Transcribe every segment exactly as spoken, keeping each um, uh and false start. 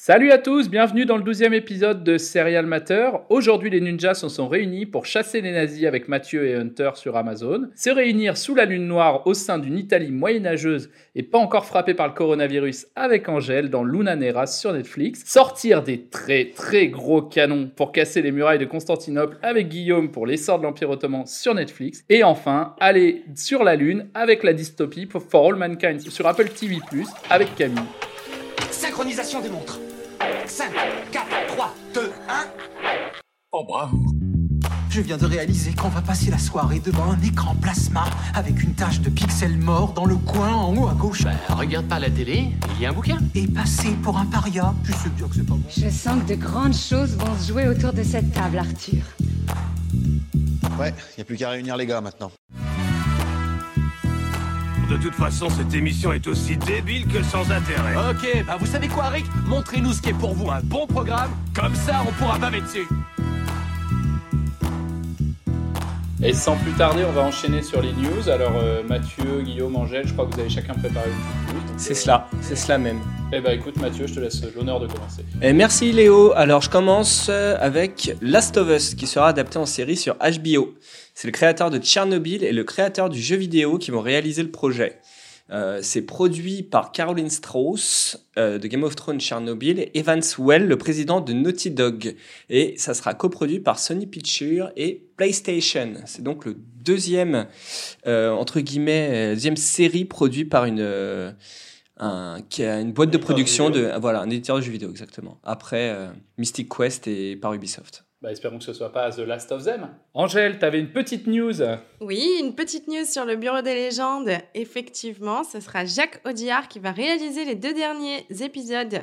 Salut à tous, bienvenue dans le douzième épisode de Serial Matter. Aujourd'hui, les ninjas se sont réunis pour chasser les nazis avec Mathieu et Hunter sur Amazon, se réunir sous la lune noire au sein d'une Italie moyenâgeuse et pas encore frappée par le coronavirus avec Angèle dans Luna Nera sur Netflix, sortir des très très gros canons pour casser les murailles de Constantinople avec Guillaume pour l'essor de l'Empire Ottoman sur Netflix, et enfin aller sur la lune avec la dystopie For All Mankind sur Apple T V plus, avec Camille. Synchronisation des montres. cinq, quatre, trois, deux, un. Oh bravo. Je viens de réaliser qu'on va passer la soirée devant un écran plasma avec une tache de pixels morts dans le coin en haut à gauche. Bah, regarde pas la télé, il y a un bouquin. Et passer pour un paria. Je sais bien que c'est pas bon. Je sens que de grandes choses vont se jouer autour de cette table, Arthur. Ouais, y a plus qu'à réunir les gars maintenant. De toute façon, cette émission est aussi débile que sans intérêt. Ok, bah vous savez quoi, Rick? Montrez-nous ce qui est pour vous un bon programme, comme ça on pourra baver dessus. Et sans plus tarder, on va enchaîner sur les news. Alors euh, Mathieu, Guillaume, Angèle, je crois que vous avez chacun préparé une petite news. C'est cela, c'est cela même. Eh ben écoute Mathieu, je te laisse l'honneur de commencer. Et merci Léo. Alors je commence avec Last of Us qui sera adapté en série sur H B O. C'est le créateur de Tchernobyl et le créateur du jeu vidéo qui vont réaliser le projet. Euh, c'est produit par Caroline Strauss euh, de Game of Thrones Tchernobyl et Evans Well, le président de Naughty Dog. Et ça sera coproduit par Sony Pictures et PlayStation. C'est donc le deuxième, euh, entre guillemets, deuxième série produite par une, euh, un, qui a une boîte de production, de, voilà, un éditeur de jeux vidéo, exactement. Après euh, Mystic Quest et par Ubisoft. Bah, espérons que ce soit pas The Last of Them. Angèle, t'avais une petite news. Oui, une petite news sur le Bureau des légendes. Effectivement, ce sera Jacques Audiard qui va réaliser les deux derniers épisodes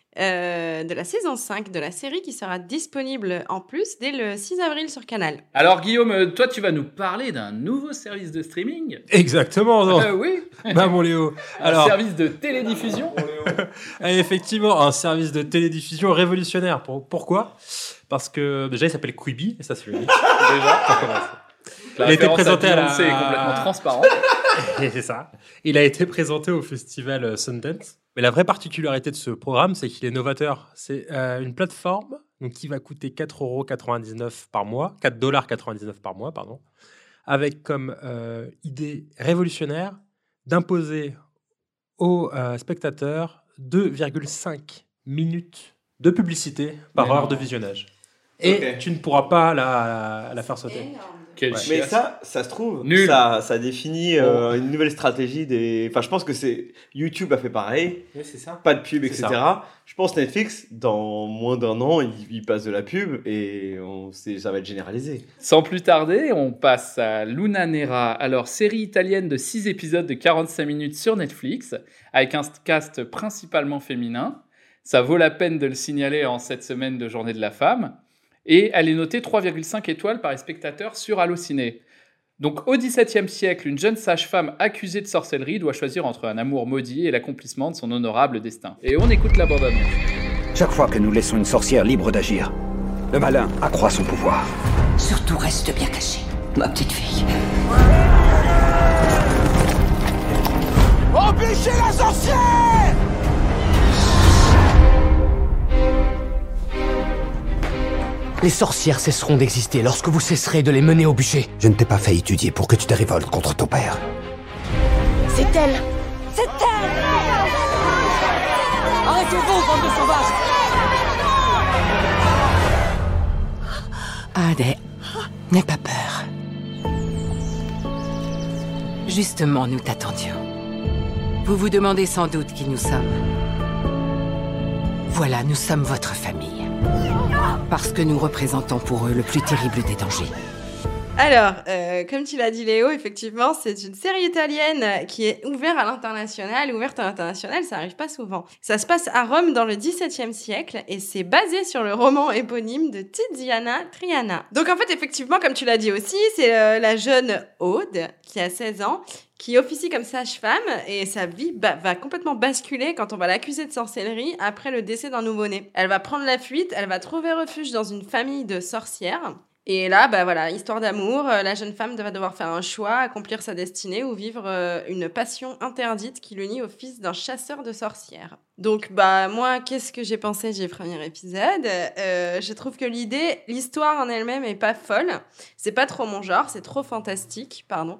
euh, de la saison cinq de la série qui sera disponible en plus dès le six avril sur Canal. Alors Guillaume, toi tu vas nous parler d'un nouveau service de streaming. Exactement, non Euh, oui. Bah mon Léo. Un Alors, service de télédiffusion. effectivement, un service de télédiffusion révolutionnaire. Pour- pourquoi Parce que déjà, il s'appelle Quibi, et ça c'est unique. Déjà. Pour commencer. La Il a été référence présenté à la- Beyoncé est complètement transparente. Et c'est ça. Il a été présenté au festival Sundance. Mais la vraie particularité de ce programme, c'est qu'il est novateur. C'est euh, une plateforme donc, qui va coûter quatre euros quatre-vingt-dix-neuf par mois, quatre dollars quatre-vingt-dix-neuf par mois, pardon, avec comme euh, idée révolutionnaire d'imposer aux euh, spectateurs deux virgule cinq minutes de publicité par Mais heure non. de visionnage. Et Ok. tu ne pourras pas la, la faire sauter. Quel Ouais. Mais chiasse. ça, ça se trouve, Nul. ça, ça définit euh, une nouvelle stratégie des. Enfin, je pense que c'est YouTube a fait pareil, Oui, c'est ça. pas de pub, C'est et cetera. Je pense Netflix, dans moins d'un an, il, il passe de la pub et on, c'est, ça va être généralisé. Sans plus tarder, on passe à Luna Nera, alors série italienne de six épisodes de quarante-cinq minutes sur Netflix, avec un cast principalement féminin. Ça vaut la peine de le signaler en cette semaine de Journée de la Femme. Et elle est notée trois virgule cinq étoiles par les spectateurs sur Allociné. Donc au dix-septième siècle, une jeune sage-femme accusée de sorcellerie doit choisir entre un amour maudit et l'accomplissement de son honorable destin. Et on écoute la bande-annonce. Chaque fois que nous laissons une sorcière libre d'agir, le malin accroît son pouvoir. Surtout reste bien caché, ma petite fille. Empêchez la sorcière! Les sorcières cesseront d'exister lorsque vous cesserez de les mener au bûcher. Je ne t'ai pas fait étudier pour que tu te révoltes contre ton père. C'est elle. C'est elle. Arrêtez-vous, bande de sauvages. Adé, n'aie pas peur. Justement, nous t'attendions. Vous vous demandez sans doute qui nous sommes. Voilà, nous sommes votre famille. Parce que nous représentons pour eux le plus terrible des dangers. Alors, euh, comme tu l'as dit Léo, effectivement, c'est une série italienne qui est ouverte à l'international. Ouverte à l'international, ça arrive pas souvent. Ça se passe à Rome dans le dix-septième siècle et c'est basé sur le roman éponyme de Tiziana Triana. Donc en fait, effectivement, comme tu l'as dit aussi, c'est euh, la jeune Aude qui a seize ans qui officie comme sage-femme et sa vie ba- va complètement basculer quand on va l'accuser de sorcellerie après le décès d'un nouveau-né. Elle va prendre la fuite, elle va trouver refuge dans une famille de sorcières. Et là, bah voilà, histoire d'amour, euh, la jeune femme va devoir faire un choix, accomplir sa destinée ou vivre euh, une passion interdite qui l'unit au fils d'un chasseur de sorcières. Donc, bah, moi, qu'est-ce que j'ai pensé du premier épisode ? euh, Je trouve que l'idée, l'histoire en elle-même est pas folle. C'est pas trop mon genre, c'est trop fantastique, pardon.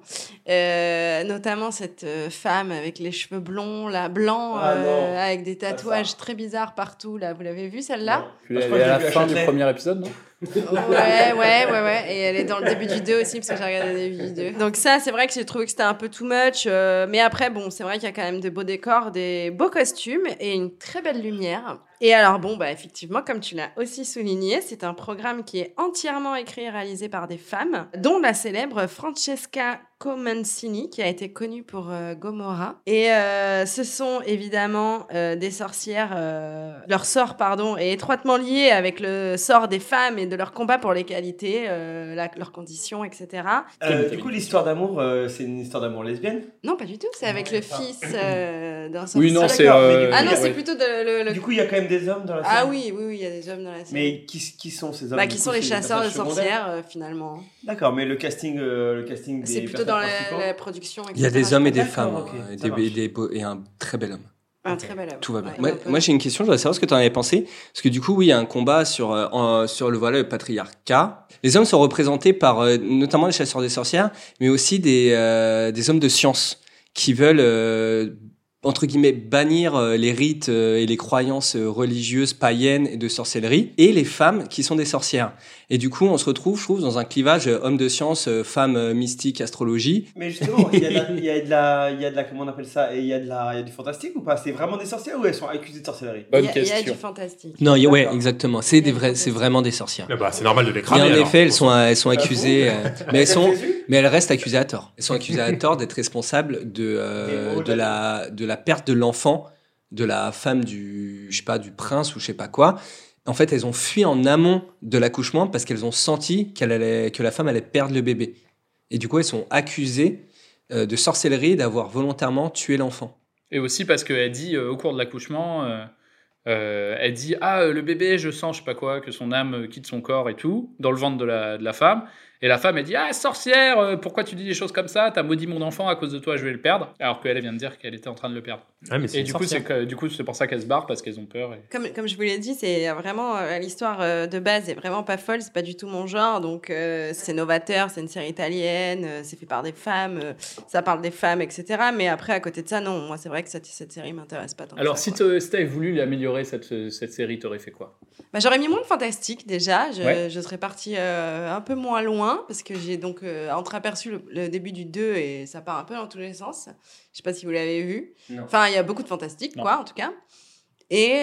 Euh, notamment cette euh, femme avec les cheveux blonds, là, blancs, Ah, euh, non. avec des tatouages très bizarres partout, là. Vous l'avez vu, celle-là ? Puis elle est à la fin du premier épisode, non ? Ouais, ouais, ouais, ouais. Et elle est dans le début du deux aussi, parce que j'ai regardé le début du deux. Donc ça, c'est vrai que j'ai trouvé que c'était un peu too much. Euh, mais après, bon, c'est vrai qu'il y a quand même de beaux décors, des beaux costumes et une très belle lumière. Et alors, bon, bah, effectivement, comme tu l'as aussi souligné, c'est un programme qui est entièrement écrit et réalisé par des femmes, dont la célèbre Francesca Comencini, qui a été connue pour euh, Gomorrah. Et euh, ce sont évidemment euh, des sorcières, euh, leur sort, pardon, est étroitement lié avec le sort des femmes et de leur combat pour l'égalité, euh, la, leurs conditions, et cetera. Euh, du coup, l'histoire d'amour, euh, c'est une histoire d'amour lesbienne ? Non, pas du tout, c'est avec le fils euh, d'un sorcier. Oui, non, Ah, c'est. d'accord, mais euh, du coup, Ah non, il y a- c'est ouais. plutôt de, le, le- Du coup, il y a quand même des hommes dans la série. Ah oui, oui, oui, il y a des hommes dans la série. Mais qui, qui sont ces hommes Bah, du qui coup, sont les c'est des chasseurs de personnages secondaires sorcières, euh, finalement. D'accord, mais le casting, euh, le casting des C'est plutôt personnages dans la, principaux la production, et cetera. Il y a des hommes et des D'accord, femmes, ok, hein, et, ça des, marche. et des beaux- et un très bel homme. Un très bel homme. Tout va bien. Ouais, moi, un peu. moi, j'ai une question, je voudrais savoir ce que tu en avais pensé. Parce que du coup, oui, il y a un combat sur, euh, en- sur le, voilà, le patriarcat. Les hommes sont représentés par euh, notamment les chasseurs des sorcières, mais aussi des, euh, des hommes de science qui veulent, euh, entre guillemets, bannir euh, les rites euh, et les croyances euh, religieuses païennes et de sorcellerie, et les femmes qui sont des sorcières. Et du coup, on se retrouve, je trouve, dans un clivage euh, homme de science, euh, femme euh, mystique, astrologie. Mais justement, il y, a de la- il y a de la, il y a de la, comment on appelle ça, et il y a de la, il y a du fantastique ou pas ? C'est vraiment des sorcières ou elles sont accusées de sorcellerie ? Il Bonne y, a, il y a question. du fantastique. Non, y- ouais, D'accord. exactement. C'est des vrais, c'est vraiment des sorcières. Ah bah, c'est normal de les Mais cramer. en alors. effet, elles sont, elles sont accusées, euh, mais elles sont, Jésus mais elles restent accusées à tort. Elles sont accusées à tort d'être responsables de, euh, Des mots de la, de la perte de l'enfant, de la femme du, je sais pas, du prince ou je sais pas quoi. En fait, elles ont fui en amont de l'accouchement parce qu'elles ont senti qu'elle allait, que la femme allait perdre le bébé. Et du coup, elles sont accusées euh, de sorcellerie et d'avoir volontairement tué l'enfant. Et aussi parce qu'elle dit euh, au cours de l'accouchement, euh, euh, elle dit ah euh, le bébé je sens je sais pas quoi que son âme euh, quitte son corps et tout dans le ventre de la, de la femme. Et la femme elle dit ah sorcière euh, pourquoi tu dis des choses comme ça, t'as maudit mon enfant, à cause de toi je vais le perdre, alors qu'elle vient de dire qu'elle était en train de le perdre. Ah, mais c'est Et une du coup c'est sorcière. que, du coup c'est pour ça qu'elles se barrent, parce qu'elles ont peur. Et... Comme, comme je vous l'ai dit, c'est vraiment euh, l'histoire euh, de base est vraiment pas folle, c'est pas du tout mon genre, donc euh, c'est novateur, c'est une série italienne, euh, c'est fait par des femmes, euh, ça parle des femmes, et cetera. Mais après, à côté de ça, non, moi c'est vrai que cette, cette série m'intéresse pas tant. que Alors ça, si quoi. te- si t'avais voulu l'améliorer cette, cette série, t'aurais fait quoi ? Bah, j'aurais mis moins de fantastique déjà, je, Ouais. je serais partie euh, un peu moins loin, parce que j'ai donc euh, entreaperçu le, le début du deux et ça part un peu dans tous les sens. Je sais pas si vous l'avez vu. Non. Enfin, il y a beaucoup de fantastique, Non. quoi, en tout cas. Et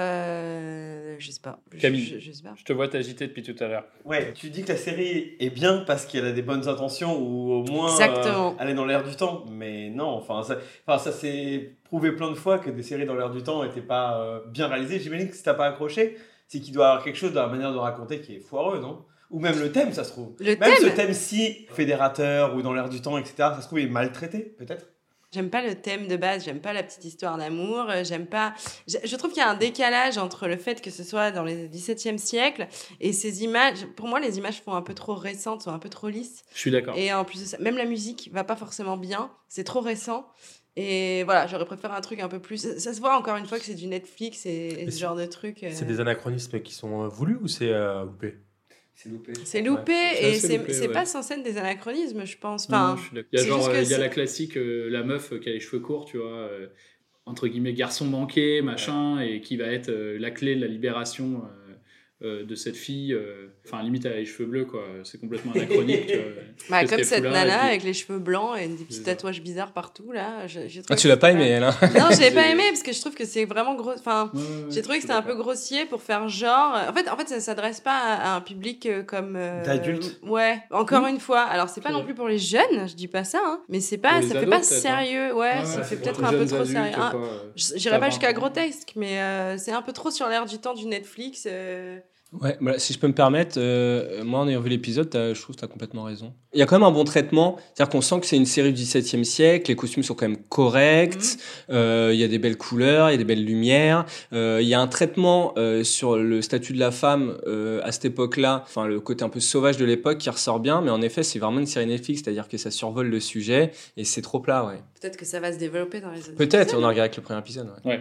euh, je sais pas. Je- Camille. je, je sais pas. Je te vois t'agiter depuis tout à l'heure. Ouais, tu dis que la série est bien parce qu'elle a des bonnes intentions ou au moins Exactement. euh, elle est dans l'air du temps. Mais non, enfin ça, enfin, ça s'est prouvé plein de fois que des séries dans l'air du temps n'étaient pas euh, bien réalisées. J'imagine que si t'as pas accroché, c'est qu'il doit y avoir quelque chose dans la manière de raconter qui est foireux, non ? Ou même le thème, ça se trouve. Le Même thème ce thème si fédérateur ou dans l'air du temps, et cetera, ça se trouve il est maltraité, peut-être ? J'aime pas le thème de base, j'aime pas la petite histoire d'amour, euh, j'aime pas... Je, je trouve qu'il y a un décalage entre le fait que ce soit dans le dix-septième siècle et ces images... Pour moi, les images font un peu trop récentes, sont un peu trop lisses. Je suis d'accord. Et en plus de ça, même la musique va pas forcément bien, c'est trop récent. Et voilà, j'aurais préféré un truc un peu plus... Ça, ça se voit encore une fois que c'est du Netflix et, et Mais ce c'est- genre de truc. euh, C'est des anachronismes qui sont euh, voulus ou c'est euh, loupé ? C'est loupé. C'est loupé c'est et assez c'est loupé, c'est ouais. pas censé être des anachronismes, je pense. Non, Enfin, non, je suis d'accord. Il y a c'est genre, juste que euh, il y a c'est- la classique, euh, la meuf euh, qui a les cheveux courts, tu vois, euh, entre guillemets garçon manqué, machin, et qui va être euh, la clé de la libération euh, euh, de cette fille. euh, Enfin, limite, elle a les cheveux bleus, quoi. C'est complètement anachronique. Tu vois. bah, Qu'est-ce comme qu'elle cette fout là, nana et puis- avec les cheveux blancs et des petits C'est ça. tatouages bizarres partout, là. je- j'ai trouvé Ah, que tu l'as c'était pas aimé, elle, hein ? Non, je l'ai pas C'est- aimé parce que je trouve que c'est vraiment gros. Enfin, Ouais, ouais, ouais, j'ai trouvé je que suis c'était un peu d'accord. grossier pour faire genre. En fait, en fait, ça s'adresse pas à, à un public euh, comme. euh, D'adultes. Ouais. Encore Mmh. une fois. Alors, c'est pas C'est non vrai. plus pour les jeunes. Je dis pas ça, hein. Mais c'est pas. Pour les Ça fait ados, pas peut-être, hein. sérieux. Ouais, Ouais, ça ouais, fait c'est peut-être pour un les peu jeunes trop adultes, sérieux. Ah, quoi, euh, je- J'irai t'as pas vingt jusqu'à ans. grotesque, mais euh, c'est un peu trop sur l'air du temps du Netflix. euh. Ouais, voilà, si je peux me permettre, euh, moi en ayant vu l'épisode, t'as- je trouve que tu as complètement raison. Il y a quand même un bon traitement, c'est-à-dire qu'on sent que c'est une série du dix-septième siècle, les costumes sont quand même corrects, euh, il y a des belles couleurs, il y a des belles lumières, euh, il y a un traitement euh, sur le statut de la femme euh, à cette époque-là, enfin le côté un peu sauvage de l'époque qui ressort bien, mais en effet c'est vraiment une série Netflix, c'est-à-dire que ça survole le sujet et c'est trop plat, ouais. Peut-être que ça va se développer dans les autres. Peut-être, épisodes. on a regardé avec le premier épisode, ouais. Ouais.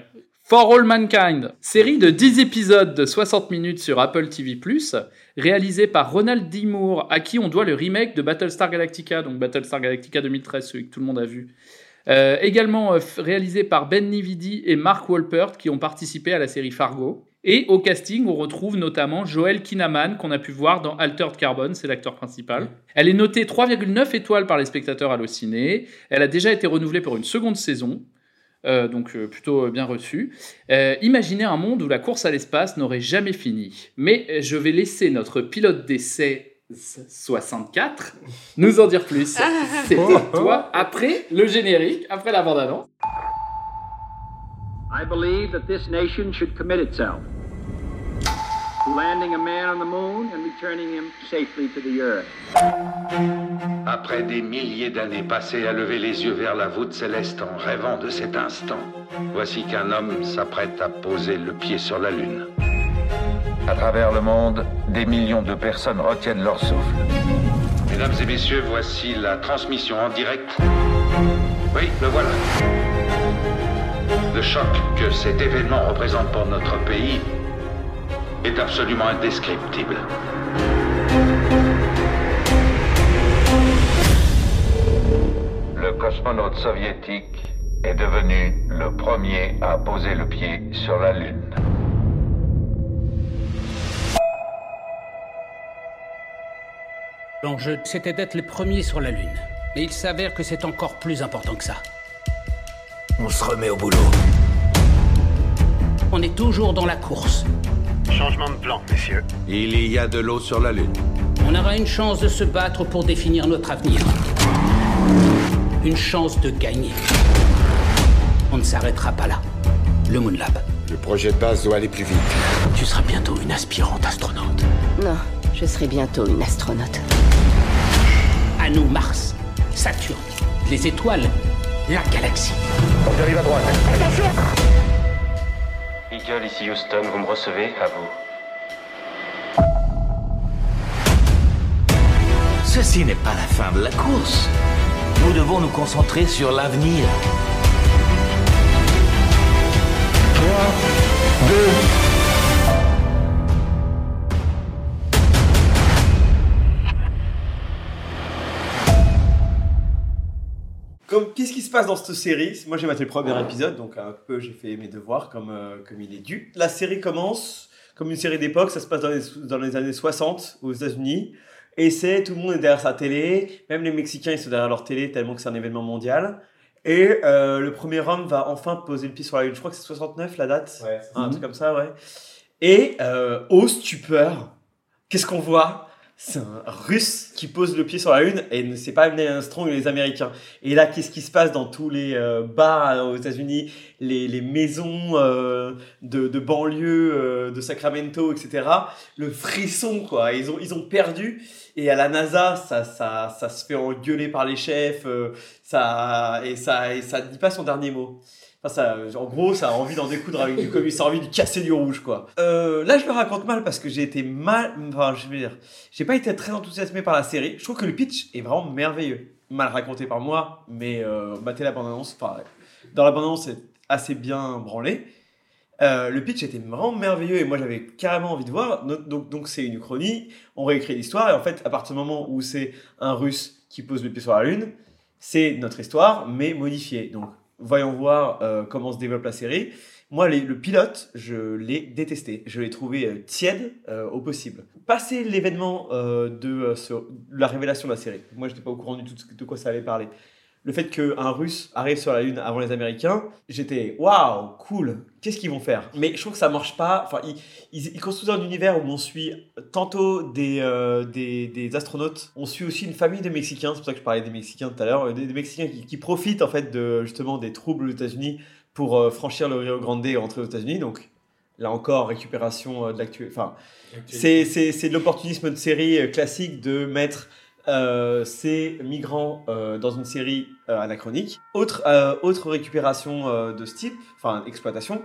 For All Mankind, série de dix épisodes de soixante minutes sur Apple T V plus, réalisée par Ronald D. Moore, à qui on doit le remake de Battlestar Galactica, donc Battlestar Galactica deux mille treize, celui que tout le monde a vu. Euh, également euh, réalisé par Ben Nividi et Mark Wolpert, qui ont participé à la série Fargo. Et au casting, on retrouve notamment Joel Kinnaman, qu'on a pu voir dans Altered Carbon, c'est l'acteur principal. Elle est notée trois virgule neuf étoiles par les spectateurs Allociné. Elle a déjà été renouvelée pour une seconde saison. Euh, donc euh, plutôt bien reçu. Euh, imaginez un monde où la course à l'espace n'aurait jamais fini. Mais euh, je vais laisser notre pilote d'essai soixante-quatre nous en dire plus. C'est à toi, après le générique, après la bande-annonce. I believe that this nation should commit itself to landing a man on the moon and returning him safely to the earth. Après des milliers d'années passées à lever les yeux vers la voûte céleste en rêvant de cet instant, voici qu'un homme s'apprête à poser le pied sur la Lune. À travers le monde, des millions de personnes retiennent leur souffle. Mesdames et messieurs, voici la transmission en direct. Oui, le voilà. Le choc que cet événement représente pour notre pays est absolument indescriptible. Le cosmonaute soviétique est devenu le premier à poser le pied sur la Lune. L'enjeu, c'était d'être les premiers sur la Lune. Mais il s'avère que c'est encore plus important que ça. On se remet au boulot. On est toujours dans la course. Changement de plan, messieurs. Il y a de l'eau sur la Lune. On aura une chance de se battre pour définir notre avenir. Une chance de gagner. On ne s'arrêtera pas là. Le Moon Lab. Le projet de base doit aller plus vite. Tu seras bientôt une aspirante astronaute. Non, je serai bientôt une astronaute. À nous, Mars, Saturne, les étoiles, la galaxie. On arrive à droite. Attention! Eagle, ici Houston, vous me recevez? À vous. Ceci n'est pas la fin de la course. Nous devons nous concentrer sur l'avenir. trois, deux... Comme, qu'est-ce qui se passe dans cette série? Moi j'ai maté le premier épisode, donc un peu j'ai fait mes devoirs comme, euh, comme il est dû. La série commence comme une série d'époque, ça se passe dans les, dans les années soixante aux États-Unis. Et c'est, tout le monde est derrière sa télé, même les Mexicains ils sont derrière leur télé tellement que c'est un événement mondial. Et euh, le premier homme va enfin poser le pied sur la Lune. Je crois que c'est soixante-neuf la date, ouais, un truc comme ça, ouais. Et euh, ô stupeur, qu'est-ce qu'on voit? C'est un Russe qui pose le pied sur la Lune et c'est pas Neil Armstrong et les Américains. Et là, qu'est-ce qui se passe dans tous les euh, bars aux États-Unis, les, les maisons euh, de, de banlieue, euh, de Sacramento, et cetera. Le frisson, quoi. Ils ont, ils ont perdu. Et à la NASA, ça, ça, ça se fait engueuler par les chefs. Euh, ça, et ça, et ça dit pas son dernier mot. Enfin, ça, en gros, ça a envie d'en découdre avec du commis, ça a envie de casser du rouge, quoi. Euh, là, je le raconte mal parce que j'ai été mal, enfin, je veux dire, j'ai pas été très enthousiasmé par la série. Je trouve que le pitch est vraiment merveilleux. Mal raconté par moi, mais, euh, battez la bande-annonce, enfin, dans la bande-annonce, c'est assez bien branlé. Euh, le pitch était vraiment merveilleux et moi, j'avais carrément envie de voir. Donc, donc, c'est une uchronie. On réécrit l'histoire et en fait, à partir du moment où c'est un Russe qui pose le pied sur la Lune, c'est notre histoire, mais modifiée. Donc, voyons voir euh, comment se développe la série. Moi, les, le pilote, je l'ai détesté. Je l'ai trouvé euh, tiède euh, au possible. Passé l'événement euh, de euh, ce, la révélation de la série, moi, je n'étais pas au courant du tout de quoi ça allait parler. Le fait qu'un Russe arrive sur la Lune avant les Américains, j'étais waouh, cool, qu'est-ce qu'ils vont faire? Mais je trouve que ça marche pas. Enfin, ils, ils, ils construisent un univers où on suit tantôt des, euh, des, des astronautes, on suit aussi une famille de Mexicains, c'est pour ça que je parlais des Mexicains tout à l'heure, des, des Mexicains qui, qui profitent en fait de, justement des troubles aux États-Unis pour euh, franchir le Rio Grande et rentrer aux États-Unis. Donc là encore, récupération euh, de l'actuel. Enfin, c'est, c'est, c'est de l'opportunisme de série euh, classique de mettre Euh, ces migrants euh, dans une série euh, anachronique. Autre, euh, autre récupération euh, de ce type, enfin exploitation,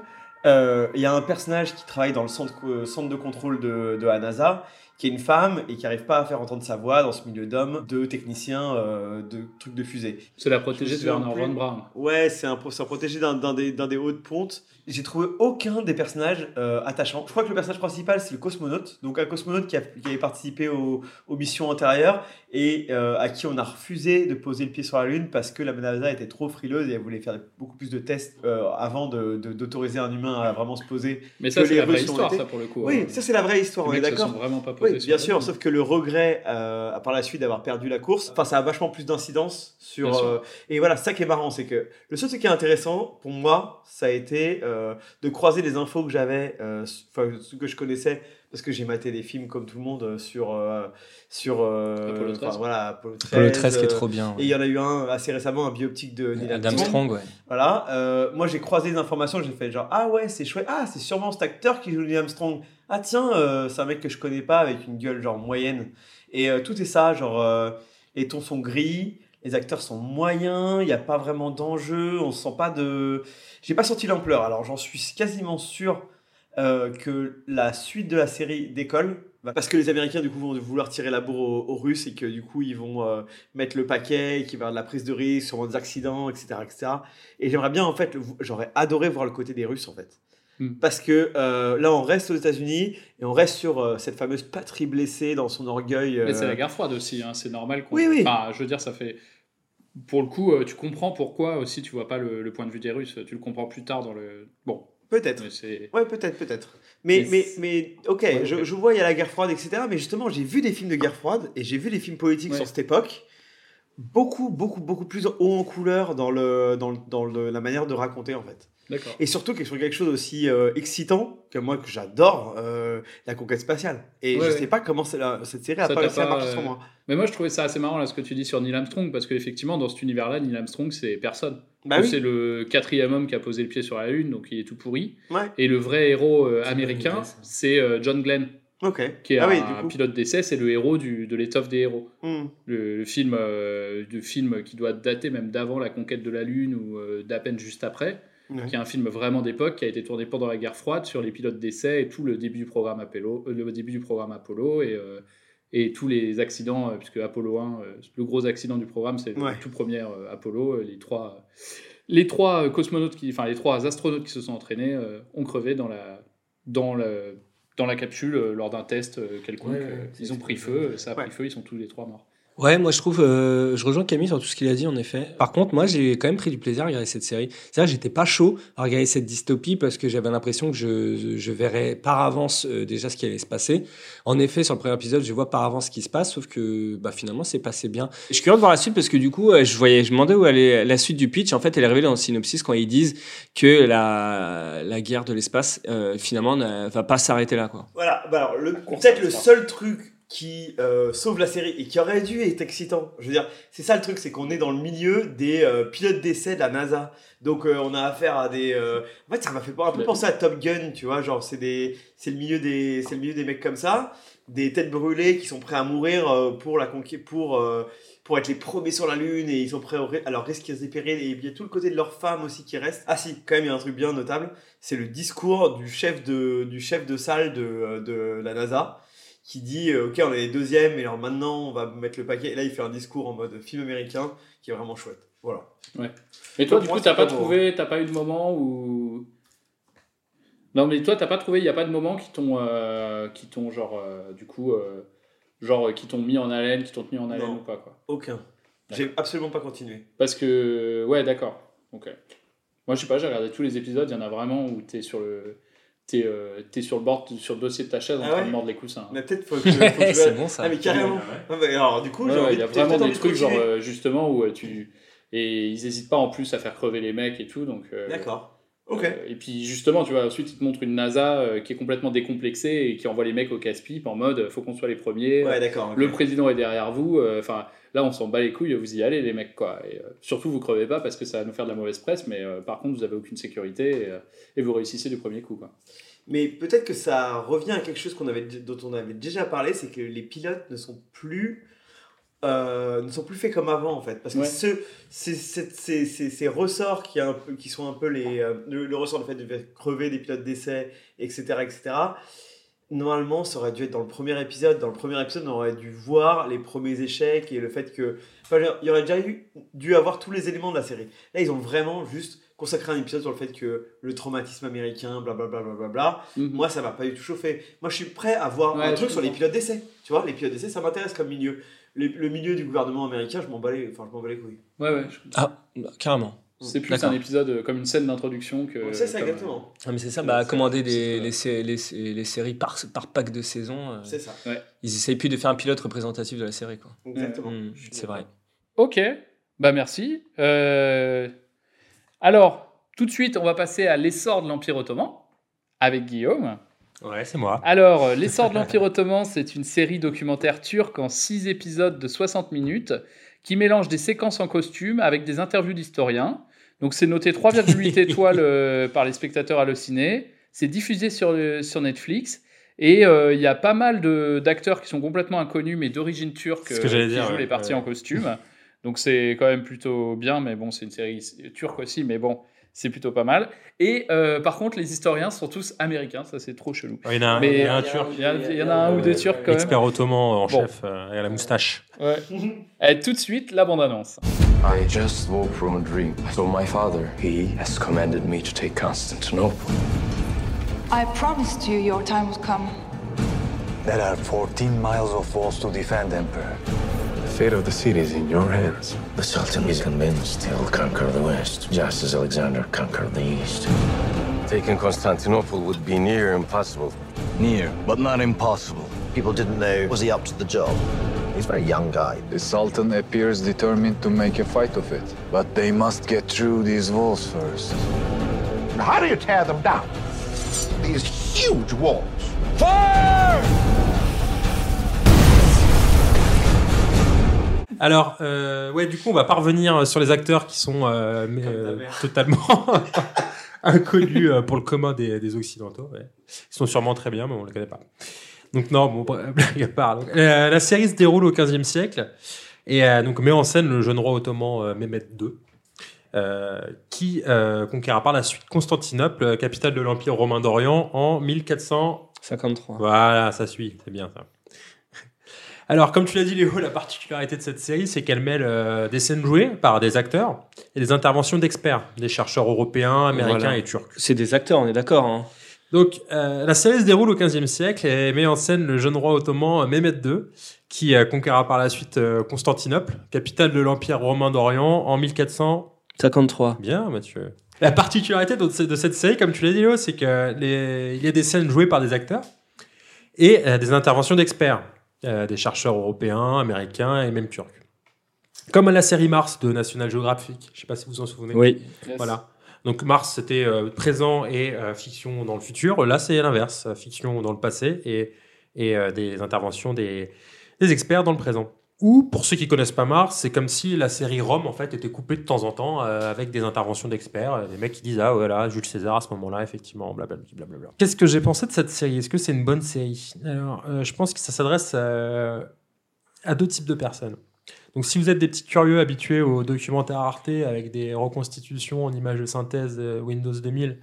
Euh, Il y a un personnage qui travaille dans le centre, euh, centre de contrôle de, de la NASA, qui est une femme et qui n'arrive pas à faire entendre sa voix dans ce milieu d'hommes, de techniciens, euh, de trucs de fusée. C'est la protégée de Werner von Braun. Ouais, c'est un, c'est un protégé d'un, d'un, des, d'un des hauts de ponte. J'ai trouvé aucun des personnages euh, attachants. Je crois que le personnage principal, c'est le cosmonaute. Donc un cosmonaute qui, a, qui avait participé aux, aux missions antérieures et euh, à qui on a refusé de poser le pied sur la Lune parce que la NASA était trop frileuse et elle voulait faire beaucoup plus de tests euh, avant de, de, d'autoriser un humain à vraiment se poser. Mais ça, c'est la vraie histoire, ça, pour le coup. Oui, hein. ça, c'est la vraie histoire, Les on est mecs se d'accord. sont vraiment pas posés Oui, sur bien la sûr, Lune. sauf que le regret, euh, par la suite d'avoir perdu la course, enfin, ça a vachement plus d'incidence sur. Bien sûr. Euh, et voilà, ça qui est marrant, c'est que le seul truc qui est intéressant pour moi, ça a été euh, de croiser les infos que j'avais, euh, enfin, ce que je connaissais, parce que j'ai maté des films comme tout le monde euh, sur. Euh, sur euh, Apollo treize. enfin, voilà, Apollo treize. Apollo treize qui est euh, trop bien, ouais. Et il y en a eu un assez récemment, un biopic de Neil Adam Armstrong, ouais. Voilà, euh, moi j'ai croisé les informations, j'ai fait genre, ah ouais, c'est chouette, ah, c'est sûrement cet acteur qui joue Neil Armstrong. Ah tiens, euh, c'est un mec que je connais pas avec une gueule genre moyenne. Et euh, tout est ça, genre, euh, les tons sont gris, les acteurs sont moyens, il n'y a pas vraiment d'enjeu, on sent pas de. J'ai pas senti l'ampleur, alors j'en suis quasiment sûr euh, que la suite de la série décolle. Parce que les Américains, du coup, vont vouloir tirer la bourre aux, aux Russes et que, du coup, ils vont euh, mettre le paquet, et qu'il va y avoir de la prise de risque, sûrement des accidents, et cetera, et cetera. Et j'aimerais bien, en fait, le- j'aurais adoré voir le côté des Russes, en fait. Mm. Parce que euh, là, on reste aux États-Unis et on reste sur euh, cette fameuse patrie blessée dans son orgueil. Mais c'est euh, la guerre froide aussi, hein. C'est normal qu'on. Oui, oui. Enfin, je veux dire, ça fait. Pour le coup, euh, tu comprends pourquoi aussi tu vois pas le, le point de vue des Russes. Tu le comprends plus tard dans le. Bon. Peut-être. Mais c'est. Ouais, peut-être, peut-être. Mais, Mais mais, mais, ok, Ouais, je, ok. je vois, il y a la guerre froide, et cetera. Mais justement, j'ai vu des films de guerre froide et j'ai vu des films politiques Ouais. sur cette époque. Beaucoup, beaucoup, beaucoup plus haut en couleur dans, le, dans, le, dans le- la manière de raconter, en fait. D'accord. Et surtout que sur quelque chose aussi euh, excitant que moi, que j'adore, euh, la conquête spatiale. Et Ouais, je ouais. sais pas comment c'est la- cette série a Ça pas t'a réussi à pas, marcher sur euh, moi. Mais moi, je trouvais ça assez marrant là ce que tu dis sur Neil Armstrong parce qu'effectivement, dans cet univers-là, Neil Armstrong, c'est personne. Bah oui. C'est le quatrième homme qui a posé le pied sur la Lune, donc il est tout pourri. Ouais. Et le vrai héros euh, C'est américain, Johnny Depp. c'est euh, John Glenn, Ok. qui est ah un, oui, du coup. pilote d'essai. C'est le héros du, de l'étoffe des héros. Hmm. Le, le film, euh, de film qui doit dater même d'avant la conquête de la Lune ou euh, d'à peine juste après. Ouais. Qui est un film vraiment d'époque qui a été tourné pendant la guerre froide sur les pilotes d'essai et tout le début du programme Apollo, euh, le début du programme Apollo et, euh, et tous les accidents, euh, puisque Apollo un, euh, le gros accident du programme, c'est Ouais. le tout premier euh, Apollo. euh, les trois, les trois cosmonautes, qui, enfin les trois astronautes qui se sont entraînés euh, ont crevé dans la, dans le, dans la capsule euh, lors d'un test euh, quelconque. Ouais, ouais, euh, c'est- ils ont c'est pris comme feu, ça a Ouais. pris feu, ils sont tous les trois morts. Ouais, moi je trouve, euh, je rejoins Camille sur tout ce qu'il a dit en effet. Par contre, moi j'ai quand même pris du plaisir à regarder cette série. C'est-à-dire que j'étais pas chaud à regarder cette dystopie parce que j'avais l'impression que je, je verrais par avance euh, déjà ce qui allait se passer. En effet, sur le premier épisode, je vois par avance ce qui se passe, sauf que bah, finalement c'est passé bien. Je suis curieux de voir la suite parce que du coup, euh, je voyais, je me demandais où allait la suite du pitch. En fait, elle est révélée dans le synopsis quand ils disent que la, la guerre de l'espace euh, finalement ne va pas s'arrêter là, quoi. Voilà, bah alors, le, peut-être le seul truc qui euh, sauve la série et qui aurait dû être excitant, je veux dire, c'est ça le truc, c'est qu'on est dans le milieu des euh, pilotes d'essai de la NASA. Donc euh, on a affaire à des... euh, En fait, ça m'a fait un peu penser à Top Gun, tu vois, genre c'est des... c'est le milieu des... c'est le milieu des mecs comme ça, des têtes brûlées qui sont prêts à mourir euh, pour la conquête, pour... euh, pour être les premiers sur la Lune et ils sont prêts à leur risquer des périls et il y a tout le côté de leur femme aussi qui reste. Ah si, quand même il y a un truc bien notable, c'est le discours du chef de, du chef de salle de, de la NASA qui dit euh, ok on est les deuxièmes et alors maintenant on va mettre le paquet et là il fait un discours en mode film américain qui est vraiment chouette. Voilà. Ouais. Mais toi, Donc, du moi, coup, t'as c'est pas pas bon. trouvé, t'as pas eu de moment où. Non, mais toi, t'as pas trouvé, il y a pas de moment qui t'ont, euh, qui t'ont genre, euh, du coup, euh, genre, euh, qui t'ont mis en haleine, qui t'ont tenu en haleine Non. ou pas, quoi. Aucun. J'ai absolument pas continué. Parce que, ouais, d'accord. Ok. Moi, je sais pas, j'ai regardé tous les épisodes, il y en a vraiment où t'es sur le. T'es, euh, t'es sur le bord, sur le dossier de ta chaise en Ah train ouais de mordre les coussins. Mais peut-être faut que, faut que je- C'est bon, ça. Ah mais carrément. Ah, mais alors du coup Ouais, j'ai ouais, envie il y a de- vraiment peut-être des envie de trucs genre continuer. euh, justement où euh, tu et ils hésitent pas en plus à faire crever les mecs et tout donc euh, D'accord. Ok. euh, et puis justement tu vois ensuite ils te montrent une NASA euh, qui est complètement décomplexée et qui envoie les mecs au casse-pipe en mode euh, faut qu'on soit les premiers Ouais, d'accord, ok. le président est derrière vous enfin là on s'en bat les couilles vous y allez les mecs quoi et, euh, surtout vous crevez pas parce que ça va nous faire de la mauvaise presse mais euh, par contre vous avez aucune sécurité et, euh, et vous réussissez du premier coup quoi. Mais peut-être que ça revient à quelque chose qu'on avait, dont on avait déjà parlé, c'est que les pilotes ne sont plus euh, ne sont plus faits comme avant en fait, parce que Ouais. ce, ces, ces, ces, ces, ces ressorts qui, un peu, qui sont un peu les, euh, le, le ressort du fait de faire crever des pilotes d'essai, et cetera, et cetera. Normalement, ça aurait dû être dans le premier épisode. Dans le premier épisode, on aurait dû voir les premiers échecs et le fait que, enfin, il y aurait déjà eu, dû avoir tous les éléments de la série. Là, ils ont vraiment juste consacré un épisode sur le fait que le traumatisme américain, blablabla, bla, bla, bla. Mm-hmm. Moi, ça m'a pas du tout chauffé. Moi, je suis prêt à voir ouais, un truc sur les pilotes d'essai. Tu vois, les pilotes d'essai, ça m'intéresse comme milieu. Le, le milieu du gouvernement américain, je m'en bats les, enfin, je m'en bats les couilles. Ouais, ouais. Je... Ah, carrément. C'est plus D'accord. un épisode euh, comme une scène d'introduction que. Ouais, c'est ça, comme... exactement. Ah, mais c'est ça, bah, commander des, les, les, les, les séries par, par pack de saison. Euh, c'est ça. Ouais. Ils essayent plus de faire un pilote représentatif de la série, quoi. Exactement. Mmh, c'est vrai. Ok, bah merci. Euh... Alors, tout de suite, on va passer à l'essor de l'Empire ottoman avec Guillaume. Ouais, c'est moi. Alors, l'essor de l'Empire ottoman, c'est une série documentaire turque en six épisodes de soixante minutes qui mélange des séquences en costume avec des interviews d'historiens. Donc, c'est noté trois virgule huit étoiles euh, par les spectateurs hallucinés. C'est diffusé sur, euh, sur Netflix. Et il euh, y a pas mal de, d'acteurs qui sont complètement inconnus, mais d'origine turque, euh, qui dire, jouent ouais, les parties ouais. en costume. Donc, c'est quand même plutôt bien. Mais bon, c'est une série turque aussi. Mais bon, c'est plutôt pas mal. Et euh, par contre, les historiens sont tous américains. Ça, c'est trop chelou. Il y en a un, mais, il y a un turc. Il y, y, y en a un euh, ou deux turcs quand même. Expert ottoman en bon. chef, euh, et à la moustache. Ouais. Et tout de suite, la bande-annonce. I just woke from a dream. So my father, he has commanded me to take Constantinople. I promised you your time would come. There are fourteen miles of walls to defend, Emperor. The fate of the city is in your hands. The Sultan is convinced he'll conquer the West, just as Alexander conquered the East. Taking Constantinople would be near impossible. Near, but not impossible. People didn't know, was he up to the job? He's a very young guy. The Sultan appears determined to make a fight of it. But they must get through these walls first. How do you tear them down? These huge walls. Fire! Alors, euh, ouais, du coup, on va pas revenir sur les acteurs qui sont euh, mais, euh, totalement inconnus pour le commun des, des Occidentaux. Ouais. Ils sont sûrement très bien, mais on les connaît pas. Donc non, bon, blague à part. Donc, euh, la série se déroule au quinzième siècle et euh, donc met en scène le jeune roi ottoman euh, Mehmed deux, euh, qui euh, conquérera par la suite Constantinople, capitale de l'Empire romain d'Orient, en mille quatre cent cinquante-trois. Voilà, ça suit, c'est bien ça. Alors, comme tu l'as dit, Léo, la particularité de cette série, c'est qu'elle mêle euh, des scènes jouées par des acteurs et des interventions d'experts, des chercheurs européens, américains voilà. et turcs. C'est des acteurs, on est d'accord, hein. Donc, euh, la série se déroule au quinzième siècle et met en scène le jeune roi ottoman Mehmed deux, qui euh, conquérera par la suite euh, Constantinople, capitale de l'Empire romain d'Orient, en mille quatre cent cinquante-trois. Bien, Mathieu. La particularité de, de cette série, comme tu l'as dit, Léo, c'est qu'il y a des scènes jouées par des acteurs et euh, des interventions d'experts, euh, des chercheurs européens, américains et même turcs. Comme la série Mars de National Geographic, je ne sais pas si vous vous en souvenez. Oui. Yes. Voilà. Donc Mars, c'était euh, présent et euh, fiction dans le futur. Là, c'est l'inverse, fiction dans le passé et, et euh, des interventions des, des experts dans le présent. Ou, pour ceux qui connaissent pas Mars, c'est comme si la série Rome, en fait, était coupée de temps en temps euh, avec des interventions d'experts, euh, des mecs qui disent « Ah, voilà, Jules César, à ce moment-là, effectivement, blablabla. Bla, bla. » Qu'est-ce que j'ai pensé de cette série ? Est-ce que c'est une bonne série ? Alors, euh, je pense que ça s'adresse à, à deux types de personnes. Donc, si vous êtes des petits curieux habitués aux documentaires Arte avec des reconstitutions en images de synthèse euh, Windows deux mille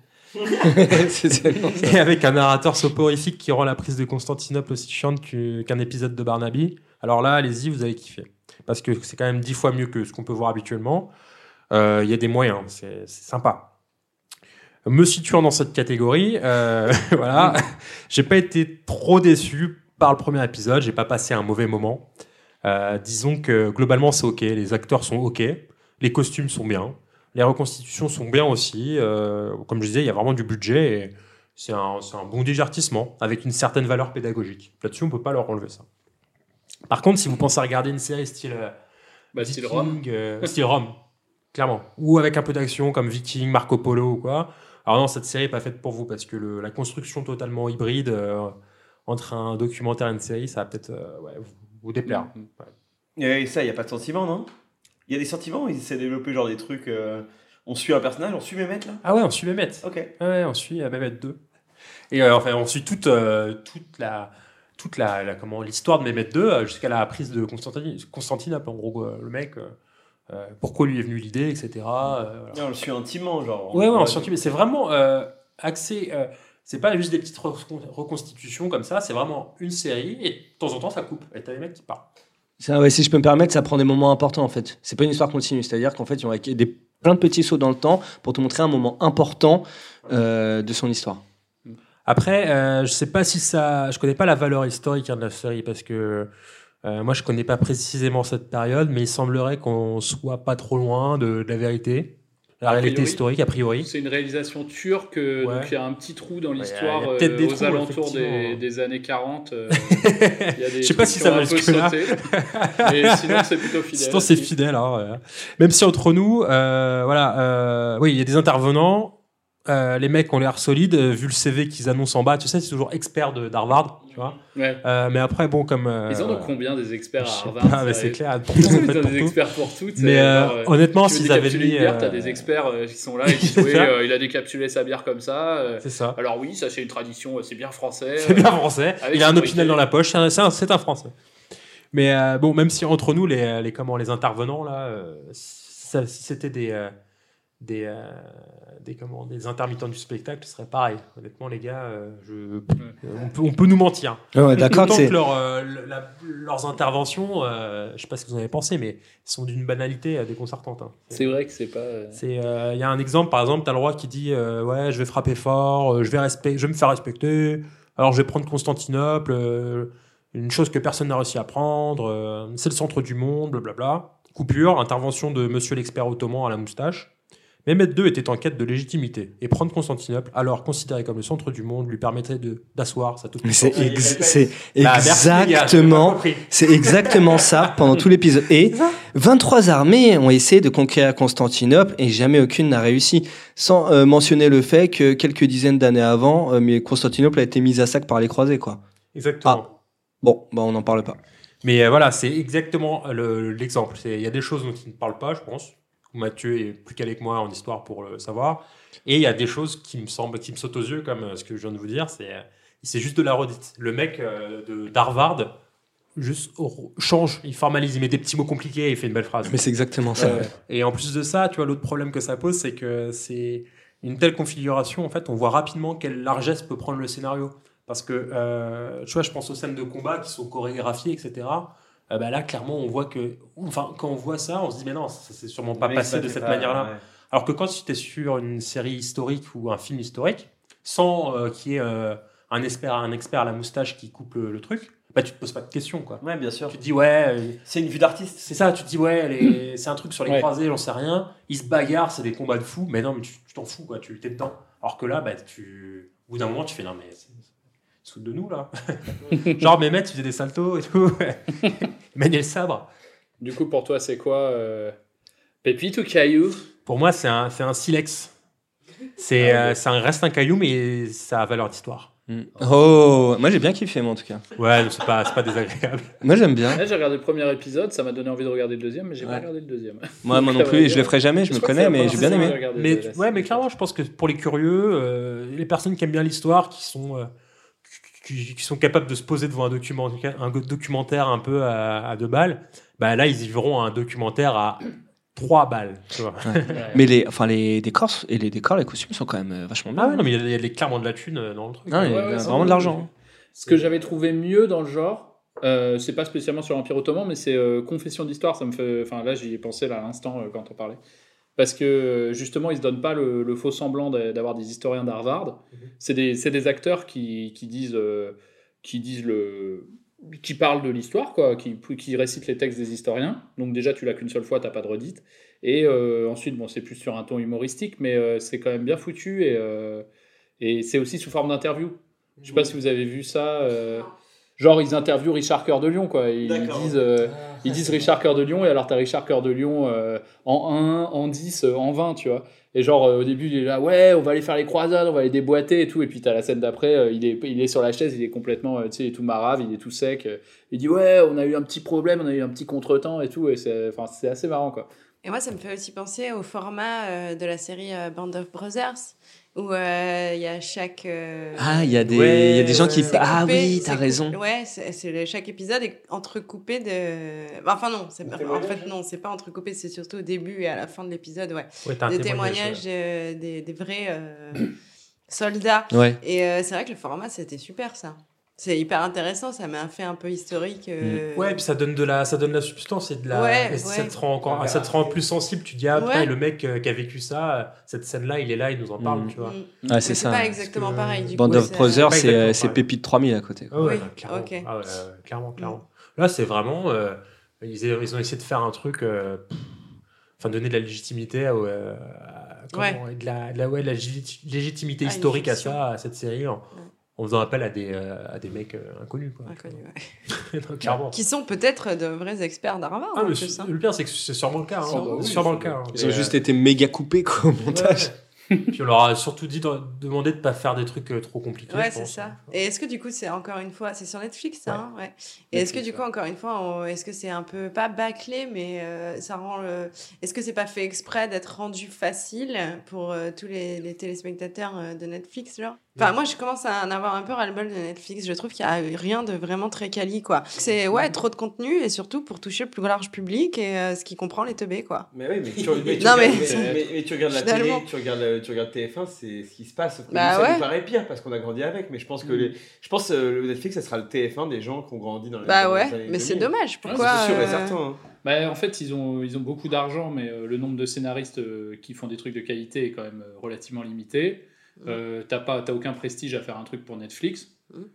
et avec un narrateur soporifique qui rend la prise de Constantinople aussi chiante qu'un épisode de Barnaby, alors là, allez-y, vous allez kiffer. Parce que c'est quand même dix fois mieux que ce qu'on peut voir habituellement. Il euh, y a des moyens, c'est sympa. Me situant dans cette catégorie, euh, voilà, j'ai pas été trop déçu par le premier épisode, j'ai pas passé un mauvais moment. Euh, disons que globalement c'est ok, les acteurs sont ok, les costumes sont bien, les reconstitutions sont bien aussi. Euh, comme je disais, il y a vraiment du budget et c'est un, c'est un bon divertissement avec une certaine valeur pédagogique. Là-dessus, on peut pas leur enlever ça. Par contre, si vous pensez à regarder une série style euh, bah, style Rome, euh, style Rome, clairement, ou avec un peu d'action comme Viking, Marco Polo ou quoi, alors non, cette série est pas faite pour vous parce que le, la construction totalement hybride euh, entre un documentaire et une série, ça va peut-être euh, ouais, vous, vous déplaire. Ouais. Et ça, il n'y a pas de sentiments, non ? Il y a des sentiments, ils essaient de développer genre des trucs. Euh, on suit un personnage, on suit Mehmet là ? Ah ouais, on suit Mehmet. Ok. Ouais, on suit Mehmet deux. Et euh, enfin, on suit toute, euh, toute la, toute la, la comment l'histoire de Mehmet deux euh, jusqu'à la prise de Constantine, Constantinople. En gros, euh, le mec, euh, euh, pourquoi lui est venue l'idée, et cetera. Euh, voilà. Et on le suit intimement, genre. Ouais, ouais, on le suit intimement. C'est vraiment euh, axé. Euh, c'est pas juste des petites recon- reconstitutions comme ça. C'est vraiment une série et de temps en temps ça coupe. Et t'as les mecs qui partent. Ça, ouais, si je peux me permettre, ça prend des moments importants en fait. C'est pas une histoire continue, c'est-à-dire qu'en fait, ils ont des plein de petits sauts dans le temps pour te montrer un moment important euh, de son histoire. Après, euh, je sais pas si ça, je connais pas la valeur historique hein, de la série parce que euh, moi je connais pas précisément cette période, mais il semblerait qu'on soit pas trop loin de, de la vérité. La A réalité priori, historique, a priori. C'est une réalisation turque, ouais. Donc il y a un petit trou dans l'histoire ouais, y a, y a euh, aux trous, alentours des, des années quarante. Euh, Je sais pas si ça va jusque-là. Mais sinon, c'est plutôt fidèle. Sinon, c'est fidèle. Hein, ouais. Même si entre nous, euh, voilà, euh, oui, il y a des intervenants. Euh, les mecs ont l'air solides, euh, vu le C V qu'ils annoncent en bas. Tu sais, c'est toujours expert de, d'Harvard, tu vois. Ouais. Euh, mais après, bon, comme. Euh, Ils en ont combien des experts à Harvard? Ah, mais c'est clair. Pour tout, ils ont des experts pour tout. Mais euh, genre, honnêtement, s'ils avaient mis. Bière, euh... t'as des experts euh, qui sont là et qui disent oui, euh, il a décapsulé sa bière comme ça. Euh, c'est ça. Alors oui, ça c'est une tradition, c'est bien français. C'est bien français. Il a un opinel dans la poche, c'est un, c'est un, c'est un français. Mais euh, bon, même si entre nous, les, les, comment, les intervenants, là, euh, si, si c'était des. Euh, Des, euh, des, comment, des intermittents du spectacle, ce serait pareil. Honnêtement, les gars, euh, je, euh, on, peut, on peut nous mentir. Ouais, d'accord. Tant c'est... que leur, euh, la, leurs interventions, euh, je ne sais pas ce que vous en avez pensé, mais sont d'une banalité euh, déconcertante. Hein. C'est... c'est vrai que c'est pas. Il euh... euh, y a un exemple, par exemple, tu as le roi qui dit euh, ouais, je vais frapper fort, euh, je, vais respect... je vais me faire respecter, alors je vais prendre Constantinople, euh, une chose que personne n'a réussi à prendre, euh, c'est le centre du monde, blablabla. Coupure, intervention de monsieur l'expert ottoman à la moustache. Mehmet deux était en quête de légitimité et prendre Constantinople, alors considéré comme le centre du monde, lui permettrait de, d'asseoir sa toute puissance. C'est, ex- c'est bah, exactement, gars, c'est exactement ça pendant tout l'épisode. Et vingt-trois armées ont essayé de conquérir Constantinople et jamais aucune n'a réussi. Sans euh, mentionner le fait que quelques dizaines d'années avant, euh, mais Constantinople a été mise à sac par les croisés, quoi. Exactement. Ah. Bon, bah on n'en parle pas. Mais euh, voilà, c'est exactement le, l'exemple. Il y a des choses dont il ne parle pas, je pense. Mathieu est plus calé que moi en histoire pour le savoir. Et il y a des choses qui me semblent, qui me sautent aux yeux, comme ce que je viens de vous dire. C'est, c'est juste de la redite. Le mec euh, de, d'Harvard juste change, il formalise, il met des petits mots compliqués et il fait une belle phrase. Mais c'est exactement ça. Euh, ouais. Et en plus de ça, tu vois, l'autre problème que ça pose, c'est que c'est une telle configuration. En fait, on voit rapidement quelle largesse peut prendre le scénario. Parce que, euh, tu vois, je pense aux scènes de combat qui sont chorégraphiées, et cetera. Euh, bah là, clairement, on voit que. Enfin, quand on voit ça, on se dit, mais non, ça s'est sûrement pas passé de cette pas, manière-là. Ouais. Alors que quand tu es sur une série historique ou un film historique, sans euh, qu'il y ait euh, un, expert, un expert à la moustache qui coupe le, le truc, bah, tu te poses pas de questions, quoi. Ouais, bien sûr. Tu te dis, ouais. Euh, c'est une vue d'artiste. C'est ça, tu te dis, ouais, les, c'est un truc sur les ouais. croisés, j'en sais rien. Ils se bagarrent, c'est des combats de fous, mais non, mais tu, tu t'en fous, quoi. Tu t'es dedans. Alors que là, bah, tu. Au bout d'un moment, tu fais, non, mais. Sous de nous là. Genre Mehmet, il faisait des saltos et tout. Il maniait le sabre. Du coup, pour toi, c'est quoi euh... Pépite ou caillou? Pour moi, c'est un, c'est un silex. C'est, ah, euh, ça reste un caillou, mais ça a valeur d'histoire. Mm. Oh, moi j'ai bien kiffé, moi en tout cas. Ouais, c'est pas, c'est pas désagréable. Moi j'aime bien. Là, j'ai regardé le premier épisode, ça m'a donné envie de regarder le deuxième, mais j'ai ouais. pas regardé le deuxième. Moi, moi non plus, et je le ferai jamais, je, je me connais, mais j'ai bien aimé. Mais, tu, ouais, mais clairement, je pense que pour les curieux, euh, les personnes qui aiment bien l'histoire, qui sont. Euh, Qui, qui sont capables de se poser devant un documentaire, un documentaire un peu à, à deux balles, bah là, ils y verront un documentaire à trois balles. Tu vois. Ouais. Ouais. Mais les, enfin, les décors et les décors, les costumes sont quand même vachement bien. Ah ouais, non, mais il y, y a clairement de la thune dans le truc. Non, il y a ouais, vraiment de l'argent. Ce que j'avais trouvé mieux dans le genre, euh, c'est pas spécialement sur l'Empire ottoman, mais c'est euh, Confession d'histoire. Ça me fait, enfin là, j'y ai pensé là à l'instant euh, quand on parlait. Parce que justement, ils ne se donnent pas le, le faux semblant d'avoir des historiens d'Harvard. Mm-hmm. C'est des, c'est des acteurs qui, qui, disent, euh, qui, disent le, qui parlent de l'histoire, quoi, qui, qui récitent les textes des historiens. Donc déjà, tu l'as qu'une seule fois, tu n'as pas de redite. Et euh, ensuite, bon, c'est plus sur un ton humoristique, mais euh, c'est quand même bien foutu. Et, euh, et c'est aussi sous forme d'interview. Je ne sais pas si vous avez vu ça... Euh, Genre, ils interviewent Richard Cœur de Lion, quoi. Ils disent, euh, ils disent Richard Cœur de Lion, et alors t'as Richard Cœur de Lion euh, en un, en dix, euh, en vingt, tu vois. Et genre, euh, au début, il est là, ouais, on va aller faire les croisades, on va aller déboîter et tout. Et puis t'as la scène d'après, euh, il, est, il est sur la chaise, il est complètement, euh, tu sais, il est tout marave, il est tout sec. Euh, il dit, ouais, on a eu un petit problème, on a eu un petit contretemps et tout. Et c'est, enfin, c'est assez marrant, quoi. Et moi, ça me fait aussi penser au format euh, de la série euh, Band of Brothers, où il euh, y a chaque... Euh, ah, il y a des, ouais, il y a des gens qui... Coupé, ah oui, t'as raison. Coupé, ouais, c'est, c'est, chaque épisode est entrecoupé de... Enfin non, c'est pas, en fait non, c'est pas entrecoupé, c'est surtout au début et à la fin de l'épisode, ouais. ouais des témoignages, témoignage, ouais. euh, des, des vrais euh, soldats. Ouais. Et euh, c'est vrai que le format, c'était super, ça. C'est hyper intéressant, ça met un fait un peu historique. Euh... Ouais, et puis ça donne de la, ça donne de la substance et de la, ouais, et ça ouais. te rend encore, ça te rend plus sensible. Tu dis ah putain, ouais. le mec euh, qui a vécu ça, cette scène-là, il est là, il nous en parle, mmh. tu vois. Mmh. Ouais, c'est c'est ça. pas exactement que... pareil. Du Band coup, of Brothers, c'est, c'est, c'est Pépite trois mille à côté. Ah ouais, oui, clairement. Okay. Ah ouais, euh, clairement, clairement. Mmh. Là, c'est vraiment, euh, ils, ils ont essayé de faire un truc, euh, enfin donner de la légitimité, à, euh, à, comment, ouais. de la, de la, ouais, de la légitimité ah, historique à ça, à cette série. Hein. Ouais. En faisant appel à des, euh, à des mecs euh, inconnus. Quoi. Inconnus, ouais. Clairement. Qui sont peut-être de vrais experts d'Harvard. Ah, mais c- le pire, c'est que c'est sûrement le cas. Hein. Sûrement, c'est oui, sûrement le cas. Hein. Ils ont et juste euh... été méga coupés quoi, au montage. Ouais. Puis on leur a surtout dit de demander de ne pas faire des trucs trop compliqués. Ouais, je c'est pense. ça. Et est-ce que du coup, c'est encore une fois, c'est sur Netflix, ça, ouais. Hein ouais. Et est-ce que du coup, encore une fois, on... est-ce que c'est un peu pas bâclé, mais euh, ça rend le. Est-ce que c'est pas fait exprès d'être rendu facile pour euh, tous les, les téléspectateurs euh, de Netflix, genre? Enfin, moi, je commence à en avoir un peu ras-le-bol de Netflix. Je trouve qu'il y a rien de vraiment très quali, quoi. C'est, ouais, trop de contenu et surtout pour toucher le plus large public et euh, ce qui comprend les teubés, quoi. Mais oui, mais tu, mais tu, non, regardes, mais... Mais, mais, mais tu regardes la Finalement... télé, tu regardes, tu regardes T F un, c'est ce qui se passe. Sauf que bah, nous, ça ouais. nous paraît pire parce qu'on a grandi avec. Mais je pense que les, je pense euh, le Netflix, ça sera le T F un des gens qui ont grandi dans les Bah dans ouais, les années mais deux mille. c'est dommage. Pourquoi ouais, c'est sûr et euh... certain. Hein. Bah, en fait, ils ont, ils ont beaucoup d'argent, mais euh, le nombre de scénaristes euh, qui font des trucs de qualité est quand même euh, relativement limité. Euh, t'as pas, t'as aucun prestige à faire un truc pour Netflix.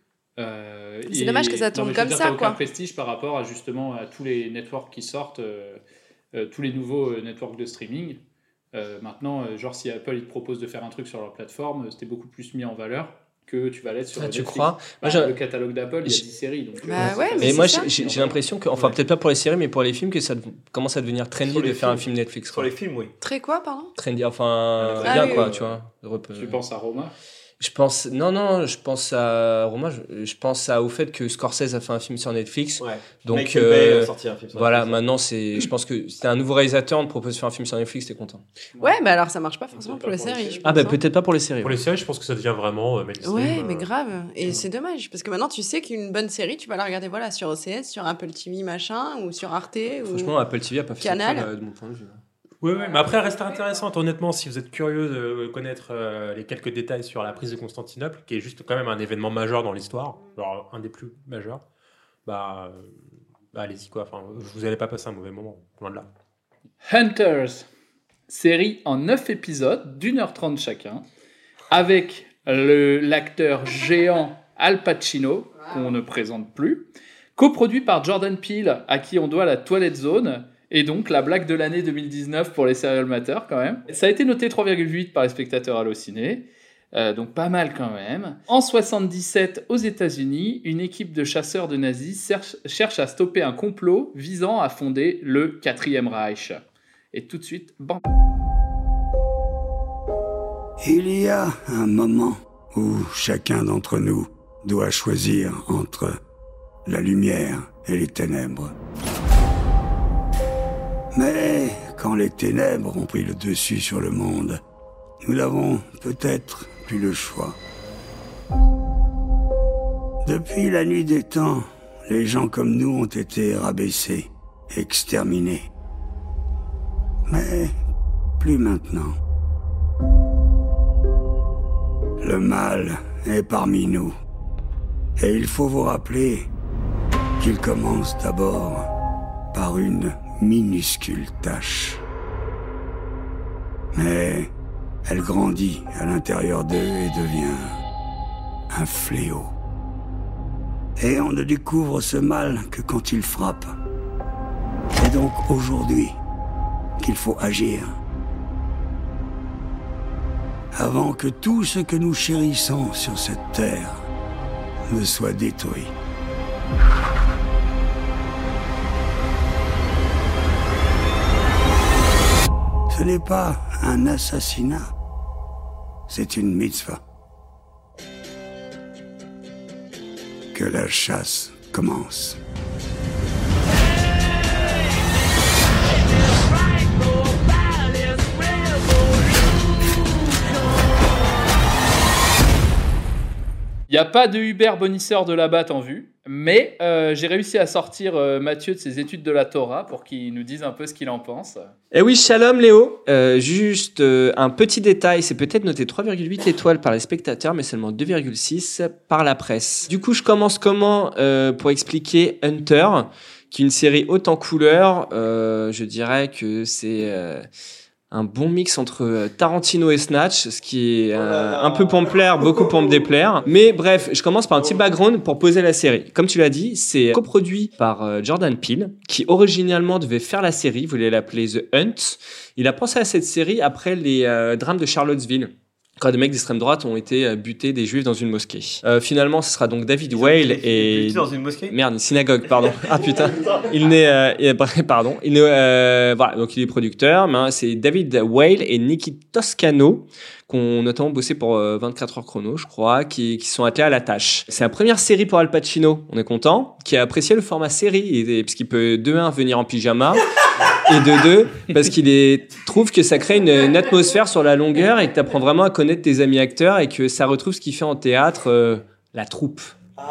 Euh, c'est et, dommage que ça tourne comme dire, ça, t'as quoi. Aucun prestige par rapport à justement à tous les networks qui sortent, euh, euh, tous les nouveaux euh, networks de streaming. Euh, maintenant, euh, genre si Apple ils te propose de faire un truc sur leur plateforme, c'était beaucoup plus mis en valeur que tu vas l'être sur ah, Netflix. Tu crois bah, le catalogue d'Apple, il y a dix séries. Donc, bah, euh, ouais, mais et moi, ça. j'ai, j'ai l'impression que, enfin, ouais. peut-être pas pour les séries, mais pour les films, que ça commence à devenir trendy de films. faire un film Netflix. Sur les films, oui. Très quoi, pardon? Trendy, enfin, ah, bien oui, quoi, oui. tu vois. Tu penses à Roma? Je pense, non, non, je pense à Romain, je, je pense à, au fait que Scorsese a fait un film sur Netflix. Ouais. Donc, euh, a sorti un film sur voilà, Netflix. maintenant, c'est, je pense que c'était un nouveau réalisateur, on te propose de faire un film sur Netflix, t'es content. Ouais, mais alors ça marche pas forcément pour, pour les séries. séries ah, bah peut-être pas pour les séries. Pour ouais. les séries, je pense que ça devient vraiment euh, mainstream. Ouais, euh... mais grave. Et ouais. c'est dommage, parce que maintenant tu sais qu'une bonne série, tu vas la regarder voilà, sur O C S, sur Apple T V, machin, ou sur Arte. Franchement, ou... Apple T V a pas fait Canal. ça de mon point de vue. Oui, ouais, mais après, elle reste intéressante. Honnêtement, si vous êtes curieux de connaître euh, les quelques détails sur la prise de Constantinople, qui est juste quand même un événement majeur dans l'histoire, genre un des plus majeurs, bah, euh, bah allez-y quoi. Enfin, vous n'allez pas passer un mauvais moment, loin de là. Hunters, série en neuf épisodes d'une heure trente chacun, avec le, l'acteur géant Al Pacino, qu'on ne présente plus, coproduit par Jordan Peele, à qui on doit la Twilight Zone. Et donc, la blague de l'année deux mille dix-neuf pour les serial mateurs, quand même. Ça a été noté trois virgule huit par les spectateurs Allociné, euh, donc pas mal quand même. En soixante-dix-sept, aux États-Unis, une équipe de chasseurs de nazis cherche, cherche à stopper un complot visant à fonder le quatrième Reich. Et tout de suite, bam. Il y a un moment où chacun d'entre nous doit choisir entre la lumière et les ténèbres. Mais quand les ténèbres ont pris le dessus sur le monde, nous n'avons peut-être plus le choix. Depuis la nuit des temps, les gens comme nous ont été rabaissés, exterminés. Mais plus maintenant. Le mal est parmi nous. Et il faut vous rappeler qu'il commence d'abord par une minuscule tâche. Mais elle grandit à l'intérieur d'eux et devient un fléau. Et on ne découvre ce mal que quand il frappe. C'est donc aujourd'hui qu'il faut agir. Avant que tout ce que nous chérissons sur cette terre ne soit détruit. Ce n'est pas un assassinat, c'est une mitzvah. Que la chasse commence. n'y a pas de Hubert bonisseur de la batte en vue, mais euh, j'ai réussi à sortir euh, Mathieu de ses études de la Torah pour qu'il nous dise un peu ce qu'il en pense. Eh oui, shalom Léo. Euh, juste euh, un petit détail, c'est peut-être noté trois virgule huit étoiles par les spectateurs, mais seulement deux virgule six par la presse. Du coup, je commence comment euh, pour expliquer Hunter, qui est une série haute en couleurs. Euh, je dirais que c'est... Euh, un bon mix entre Tarantino et Snatch, ce qui est euh, un peu pour me plaire, beaucoup pour me déplaire. Mais bref, je commence par un petit background pour poser la série. Comme tu l'as dit, c'est coproduit par euh, Jordan Peele, qui originalement devait faire la série, voulait l'appeler The Hunt. Il a pensé à cette série après les euh, drames de Charlottesville, quand des mecs d'extrême droite ont été butés des juifs dans une mosquée. Euh, finalement, ce sera donc David Whale et... Butés dans une mosquée ? Merde, une synagogue, pardon. Ah putain. Il n'est... Euh... Pardon. Il n'est... Euh... Voilà, donc il est producteur. Mais hein, c'est David Whale et Nicky Toscano, qui ont notamment bossé pour euh, vingt-quatre heures chrono, je crois, qui, qui sont attelés à la tâche. C'est la première série pour Al Pacino, on est content, qui a apprécié le format série, et, et, parce qu'il peut de un venir en pyjama, et de deux, parce qu'il est, trouve que ça crée une, une atmosphère sur la longueur et que tu apprends vraiment à connaître tes amis acteurs et que ça retrouve ce qu'il fait en théâtre, euh, la troupe.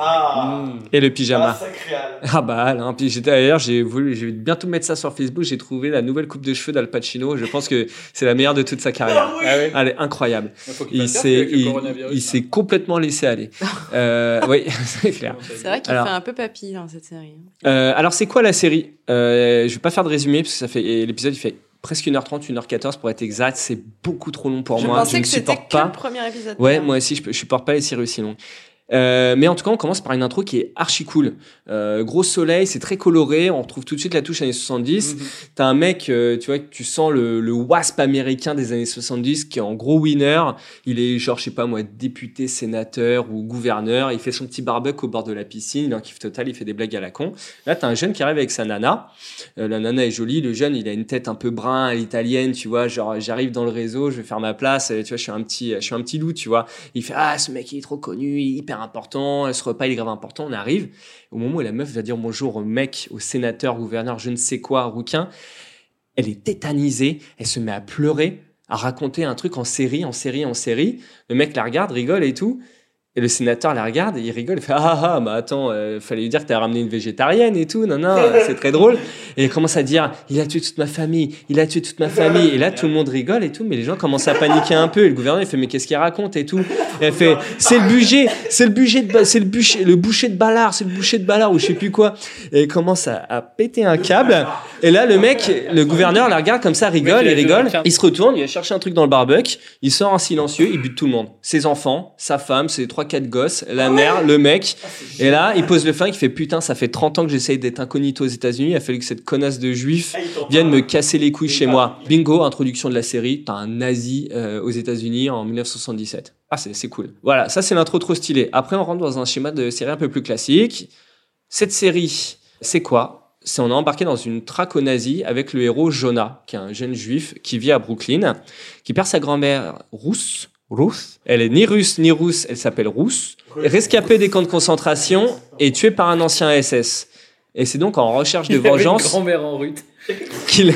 Ah mmh. Et le pyjama. Ah, sacré Al. Ah bah Al, hein. Puis j'étais d'ailleurs, j'ai voulu, je vais bientôt mettre ça sur Facebook. J'ai trouvé la nouvelle coupe de cheveux d'Al Pacino. Je pense que c'est la meilleure de toute sa carrière. Ah oui. Ah oui. Elle est incroyable. Il, il s'est, il, il s'est complètement laissé aller. euh, oui, c'est clair. C'est vrai qu'il alors, fait un peu papy dans cette série. Euh, alors c'est quoi la série euh, Je vais pas faire de résumé parce que ça fait l'épisode il fait presque une heure trente, une heure quatorze pour être exact. C'est beaucoup trop long pour je moi. Pensais je que ne c'était supporte pas. Que le premier épisode. Ouais, moi aussi, je, je supporte pas les séries aussi longues. Euh, mais en tout cas, on commence par une intro qui est archi cool. Euh, gros soleil, c'est très coloré. On retrouve tout de suite la touche années soixante-dix. Mm-hmm. T'as un mec, euh, tu vois, que tu sens le, le wasp américain des années soixante-dix qui est en gros winner. Il est genre, je sais pas moi, député, sénateur ou gouverneur. Il fait son petit barbecue au bord de la piscine. Il est en kiff total. Il fait des blagues à la con. Là, t'as un jeune qui arrive avec sa nana. Euh, la nana est jolie. Le jeune, il a une tête un peu brun à l'italienne, tu vois. Genre, j'arrive dans le réseau, je vais faire ma place. Tu vois, je suis un petit, je suis un petit loup, tu vois. Il fait, ah, ce mec, il est trop connu, il est hyper important, ce repas il est grave important, on arrive. Au moment où la meuf va dire bonjour au mec, au sénateur, gouverneur, je ne sais quoi, rouquin, elle est tétanisée, elle se met à pleurer, à raconter un truc en série, en série, en série. Le mec la regarde, rigole et tout. Et le sénateur la regarde et il rigole, il fait ah ah bah attends, euh, fallait lui dire que t'as ramené une végétarienne et tout, non non, c'est très drôle. Et il commence à dire il a tué toute ma famille, il a tué toute ma famille. Et là tout le monde rigole et tout, mais les gens commencent à paniquer un peu. Et le gouverneur il fait mais qu'est-ce qu'il raconte et tout. Et elle fait c'est le budget, c'est le budget de, c'est le bûcher, le boucher de Ballard, c'est le boucher de Ballard ou je sais plus quoi. Et il commence à, à péter un câble. Et là le mec, le gouverneur la regarde comme ça, rigole, il rigole. Il se retourne, il va chercher un truc dans le barbecue, il sort en silencieux, il bute tout le monde, ses enfants, sa femme, ses trois quatre gosses, la mère, le mec. Et là, il pose le fin, il fait putain, ça fait trente ans que j'essaye d'être incognito aux États-Unis. Il a fallu que cette connasse de juif vienne me casser les couilles chez moi. Bingo, introduction de la série. T'as un nazi euh, aux États-Unis en dix-neuf cent soixante-dix-sept. Ah, c'est, c'est cool. Voilà, ça c'est l'intro trop stylé. Après, on rentre dans un schéma de série un peu plus classique. Cette série, c'est quoi ? C'est on est embarqué dans une traque aux nazis avec le héros Jonah, qui est un jeune juif qui vit à Brooklyn, qui perd sa grand-mère rousse. Ruth. Elle est ni russe ni rousse, elle s'appelle Rousse. Rescapée des camps de concentration et tuée par un ancien S S. Et c'est donc en recherche de vengeance une grand-mère en rut. qu'il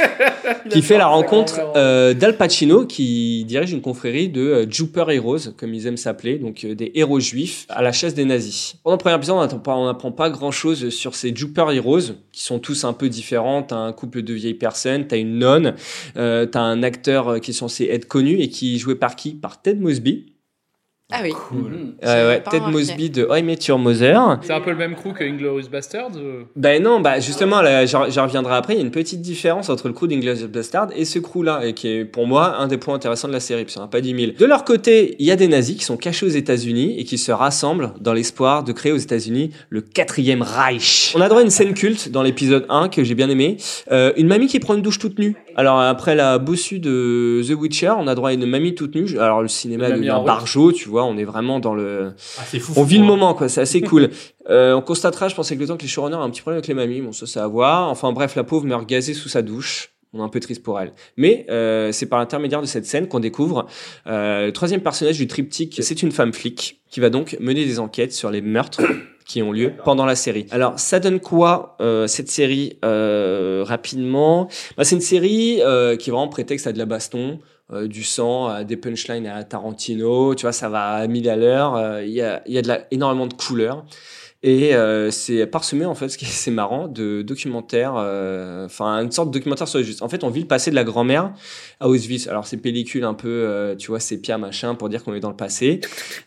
qui fait la rencontre euh, d'Al Pacino, qui dirige une confrérie de euh, Jooper Heroes, comme ils aiment s'appeler, donc euh, des héros juifs à la chasse des nazis. Pendant le premier épisode, on n'apprend pas, pas grand-chose sur ces Jooper Heroes, qui sont tous un peu différents. T'as un couple de vieilles personnes, t'as une nonne, euh, t'as un acteur qui est censé être connu et qui est joué par qui ? Par Ted Mosby. Ah oui. Cool. Euh, ouais, Ted Mosby de How I Met Your Mother. C'est un peu le même crew que Inglourious Basterds ou... Ben non, bah justement, là, j'en, j'en reviendrai après. Il y a une petite différence entre le crew d'Inglourious Basterds et ce crew-là, et qui est pour moi un des points intéressants de la série, parce qu'il n'y en a pas dix mille. De leur côté, il y a des nazis qui sont cachés aux États-Unis et qui se rassemblent dans l'espoir de créer aux États-Unis le quatrième Reich. On a droit à une scène culte dans l'épisode un que j'ai bien aimé. Euh, une mamie qui prend une douche toute nue. Alors après la bossue de The Witcher, on a droit à une mamie toute nue. Alors le cinéma devient barjot, tu vois. On est vraiment dans le... Ah, c'est fou, on fou, vit fou, le moment, quoi. C'est assez cool. Euh, on constatera, je pense, avec le temps que les showrunners ont un petit problème avec les mamies. Bon, ça, c'est à voir. Enfin, bref, la pauvre meurt gazée sous sa douche. On est un peu triste pour elle. Mais euh, c'est par l'intermédiaire de cette scène qu'on découvre euh, le troisième personnage du triptyque. C'est une femme flic qui va donc mener des enquêtes sur les meurtres qui ont lieu pendant la série. Alors, ça donne quoi, euh, cette série, euh, rapidement ? Bah, c'est une série euh, qui est vraiment prétexte à de la baston. euh, du sang, euh, des punchlines à Tarantino, tu vois, ça va à mille à l'heure. Il euh, y a, y a de la, énormément de couleurs. Et euh, c'est parsemé, en fait, ce qui est c'est marrant, de documentaires, enfin, euh, une sorte de documentaire sur les Juifs. En fait, on vit le passé de la grand-mère à Auschwitz. Alors, c'est pellicule un peu, euh, tu vois, sépia, machin, pour dire qu'on est dans le passé.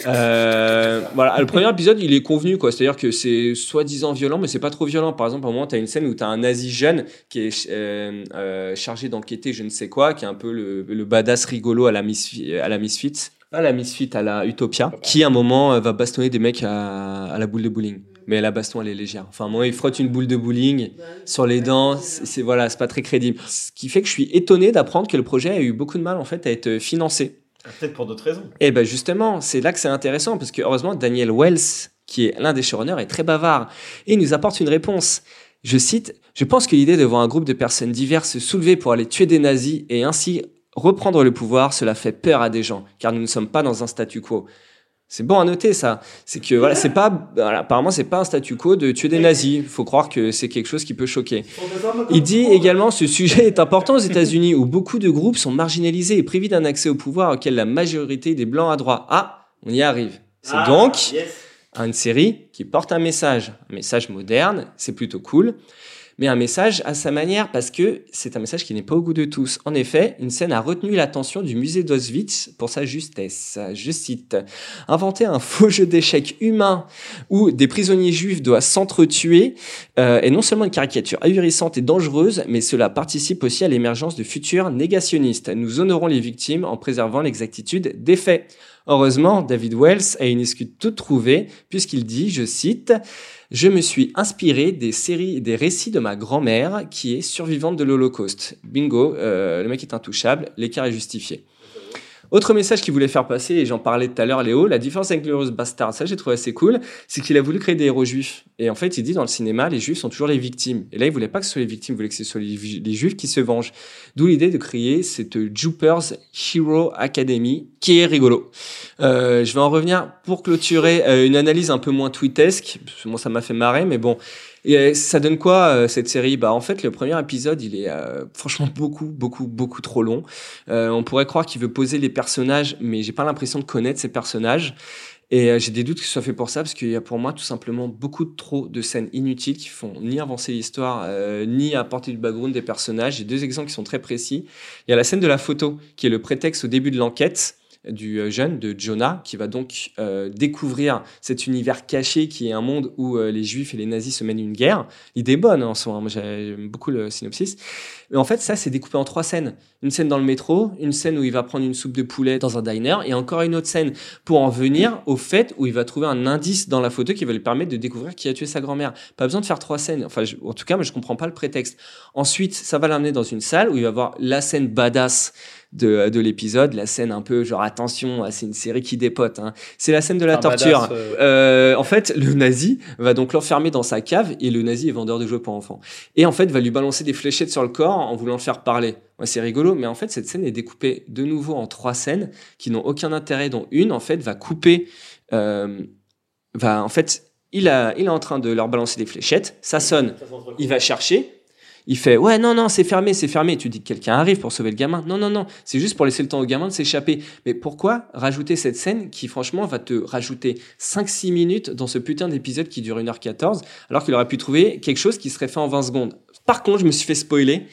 Euh, voilà, le premier épisode, il est convenu, quoi. C'est-à-dire que c'est soi-disant violent, mais c'est pas trop violent. Par exemple, à un moment, t'as une scène où t'as un nazi jeune qui est euh, euh, chargé d'enquêter je ne sais quoi, qui est un peu le, le badass rigolo à la, misfi- à la Misfits. Pas la Misfit, à la Utopia, qui à un moment va bastonner des mecs à, à la boule de bowling. Mais la baston, elle est légère. Enfin, à un moment, il frotte une boule de bowling sur les dents. C'est, c'est, voilà, c'est pas très crédible. Ce qui fait que je suis étonné d'apprendre que le projet a eu beaucoup de mal, en fait, à être financé. Peut-être pour d'autres raisons. Et ben justement, c'est là que c'est intéressant, parce que heureusement, Daniel Wells, qui est l'un des showrunners, est très bavard. Et il nous apporte une réponse. Je cite, « Je pense que l'idée de voir un groupe de personnes diverses se soulever pour aller tuer des nazis et ainsi reprendre le pouvoir, cela fait peur à des gens, car nous ne sommes pas dans un statu quo. » C'est bon à noter, ça. C'est que, voilà, c'est pas, voilà, apparemment, c'est pas un statu quo de tuer des nazis. Il faut croire que c'est quelque chose qui peut choquer. Il dit également, ce sujet est important aux États-Unis, où beaucoup de groupes sont marginalisés et privés d'un accès au pouvoir auquel la majorité des Blancs a droit. Ah, on y arrive. C'est ah, donc yes. une série qui porte un message. Un message moderne, c'est plutôt cool. Mais un message à sa manière, parce que c'est un message qui n'est pas au goût de tous. En effet, une scène a retenu l'attention du musée d'Auschwitz pour sa justesse. Je cite, « Inventer un faux jeu d'échecs humain où des prisonniers juifs doivent s'entretuer euh, est non seulement une caricature ahurissante et dangereuse, mais cela participe aussi à l'émergence de futurs négationnistes. Nous honorons les victimes en préservant l'exactitude des faits. » Heureusement, David Wells a une excuse toute trouvée, puisqu'il dit, je cite, « Je me suis inspiré des séries, des récits de ma grand-mère qui est survivante de l'Holocauste. » Bingo, euh, le mec est intouchable, l'écart est justifié. Autre message qu'il voulait faire passer, et j'en parlais tout à l'heure, Léo, la différence avec Glorious Bastard, ça j'ai trouvé assez cool, c'est qu'il a voulu créer des héros juifs. Et en fait, il dit dans le cinéma, les juifs sont toujours les victimes. Et là, il voulait pas que ce soit les victimes, il voulait que ce soit les, les juifs qui se vengent. D'où l'idée de créer cette Jupiter's Hero Academy, qui est rigolo. Euh, je vais en revenir pour clôturer euh, une analyse un peu moins tweetesque. Moi, ça m'a fait marrer, mais bon. Et ça donne quoi, euh, cette série ? Bah, en fait, le premier épisode, il est euh, franchement beaucoup, beaucoup, beaucoup trop long. Euh, on pourrait croire qu'il veut poser les personnages, mais j'ai pas l'impression de connaître ces personnages. Et euh, j'ai des doutes que ce soit fait pour ça, parce qu'il y a pour moi tout simplement beaucoup trop de scènes inutiles qui font ni avancer l'histoire, euh, ni apporter du background des personnages. J'ai deux exemples qui sont très précis. Il y a la scène de la photo, qui est le prétexte au début de l'enquête du jeune, de Jonah, qui va donc euh, découvrir cet univers caché qui est un monde où euh, les juifs et les nazis se mènent une guerre. L'idée est bonne, hein, en soi, hein. Moi j'aime beaucoup le synopsis. Mais en fait, ça, c'est découpé en trois scènes. Une scène dans le métro, une scène où il va prendre une soupe de poulet dans un diner, et encore une autre scène pour en venir au fait où il va trouver un indice dans la photo qui va lui permettre de découvrir qui a tué sa grand-mère. Pas besoin de faire trois scènes. Enfin, je, en tout cas, moi, je comprends pas le prétexte. Ensuite, ça va l'amener dans une salle où il va voir la scène badass de, de l'épisode, la scène un peu genre attention, c'est une série qui dépote, hein. C'est la scène de la un torture. Badass, euh... Euh, en fait, le nazi va donc l'enfermer dans sa cave, et le nazi est vendeur de jouets pour enfants. Et en fait, va lui balancer des fléchettes sur le corps en voulant le faire parler. Ouais, c'est rigolo, mais en fait, cette scène est découpée de nouveau en trois scènes qui n'ont aucun intérêt, dont une, en fait, va couper, euh, va, en fait, il, a, il est en train de leur balancer des fléchettes, ça sonne, il va chercher. Il fait « Ouais, non, non, c'est fermé, c'est fermé. » Tu dis que quelqu'un arrive pour sauver le gamin. Non, non, non, c'est juste pour laisser le temps au gamin de s'échapper. Mais pourquoi rajouter cette scène qui, franchement, va te rajouter cinq six minutes dans ce putain d'épisode qui dure une heure quatorze, alors qu'il aurait pu trouver quelque chose qui serait fait en vingt secondes. Par contre, je me suis fait spoiler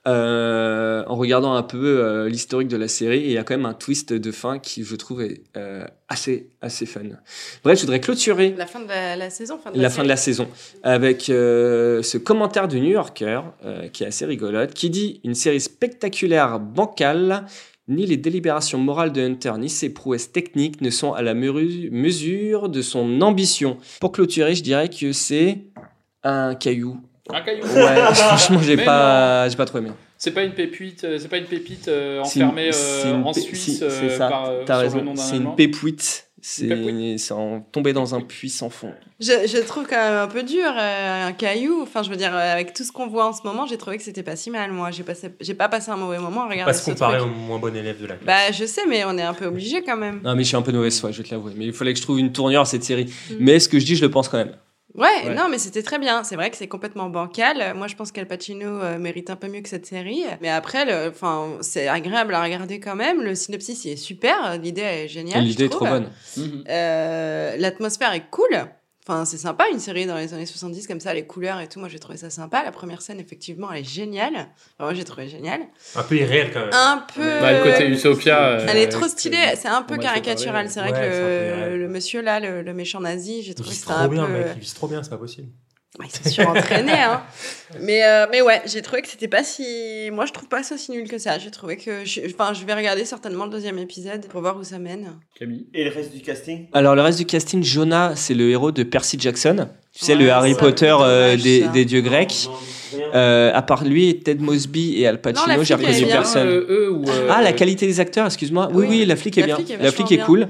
euh, en regardant un peu euh, l'historique de la série, et il y a quand même un twist de fin qui, je trouve, est euh, assez, assez fun. Bref, je voudrais clôturer la fin de la, la saison, fin de la, la fin de la saison avec euh, ce commentaire du New Yorker euh, qui est assez rigolote, qui dit « Une série spectaculaire, bancale, ni les délibérations morales de Hunter, ni ses prouesses techniques ne sont à la meru- mesure de son ambition. » Pour clôturer, je dirais que c'est un caillou. Un caillou. Ouais, franchement, j'ai Mais pas, j'ai pas trop aimé. C'est pas une pépite, c'est pas une pépite euh, enfermée c'est euh, une, en c'est Suisse c'est euh, ça, par, euh, t'as sur raison. le nom d'un C'est Allemand. une pépouite. C'est, Pépouite. c'est en tomber dans un puits sans fond. Je, je trouve quand même un peu dur, euh, un caillou. Enfin, je veux dire, euh, avec tout ce qu'on voit en ce moment, j'ai trouvé que c'était pas si mal. Moi, j'ai, passé, j'ai pas passé un mauvais moment à regarder Pas se ce comparer truc. au moins bon élève de la classe. Bah, je sais, mais on est un peu obligé quand même. Non, mais je suis un peu de mauvaise foi, je vais te l'avouer. Mais il fallait que je trouve une tournure à cette série. Mm. Mais ce que je dis, je le pense quand même. Ouais, Ouais. non, mais c'était très bien. C'est vrai que c'est complètement bancal. Moi, je pense qu'Al Pacino euh, mérite un peu mieux que cette série. Mais après, le- enfin, c'est agréable à regarder quand même. Le synopsis, il est super. L'idée est géniale. L'idée je est trop trouve. bonne. Mhm. Euh, l'atmosphère est cool. Enfin, c'est sympa, une série dans les années soixante-dix, comme ça, les couleurs et tout. Moi, j'ai trouvé ça sympa. La première scène, effectivement, elle est géniale. Enfin, moi, j'ai trouvé géniale. Un peu irréel quand même. Un peu. Bah, le côté Utopia. euh, Elle est trop avec, stylée. euh, C'est un peu on m'a fait caricatural. parler, C'est vrai Ouais, c'est un peu que irréel. le, le monsieur là, le, le méchant nazi, j'ai Il trouvé que vise c'était trop un bien, peu. mec. Il vise trop bien, c'est pas possible. Bah, ils sont surentraînés, hein. Mais, euh, mais ouais, j'ai trouvé que c'était pas si. Moi, je trouve pas ça si nul que ça. J'ai trouvé que. je- Enfin, je vais regarder certainement le deuxième épisode pour voir où ça mène. Camille. Et le reste du casting Alors, le reste du casting, Jonah, c'est le héros de Percy Jackson. Tu sais, Ouais, le Harry ça, Potter dommage, euh, des, ça. des dieux grecs. Euh, à part lui, Ted Mosby et Al Pacino, Non, la j'ai flic, elle reconnu est bien. personne. Euh, eux ou, euh, Ah, la qualité des acteurs, excuse-moi. Oui, Oui. oui, la flic est La bien. flic est La flic est vachement cool.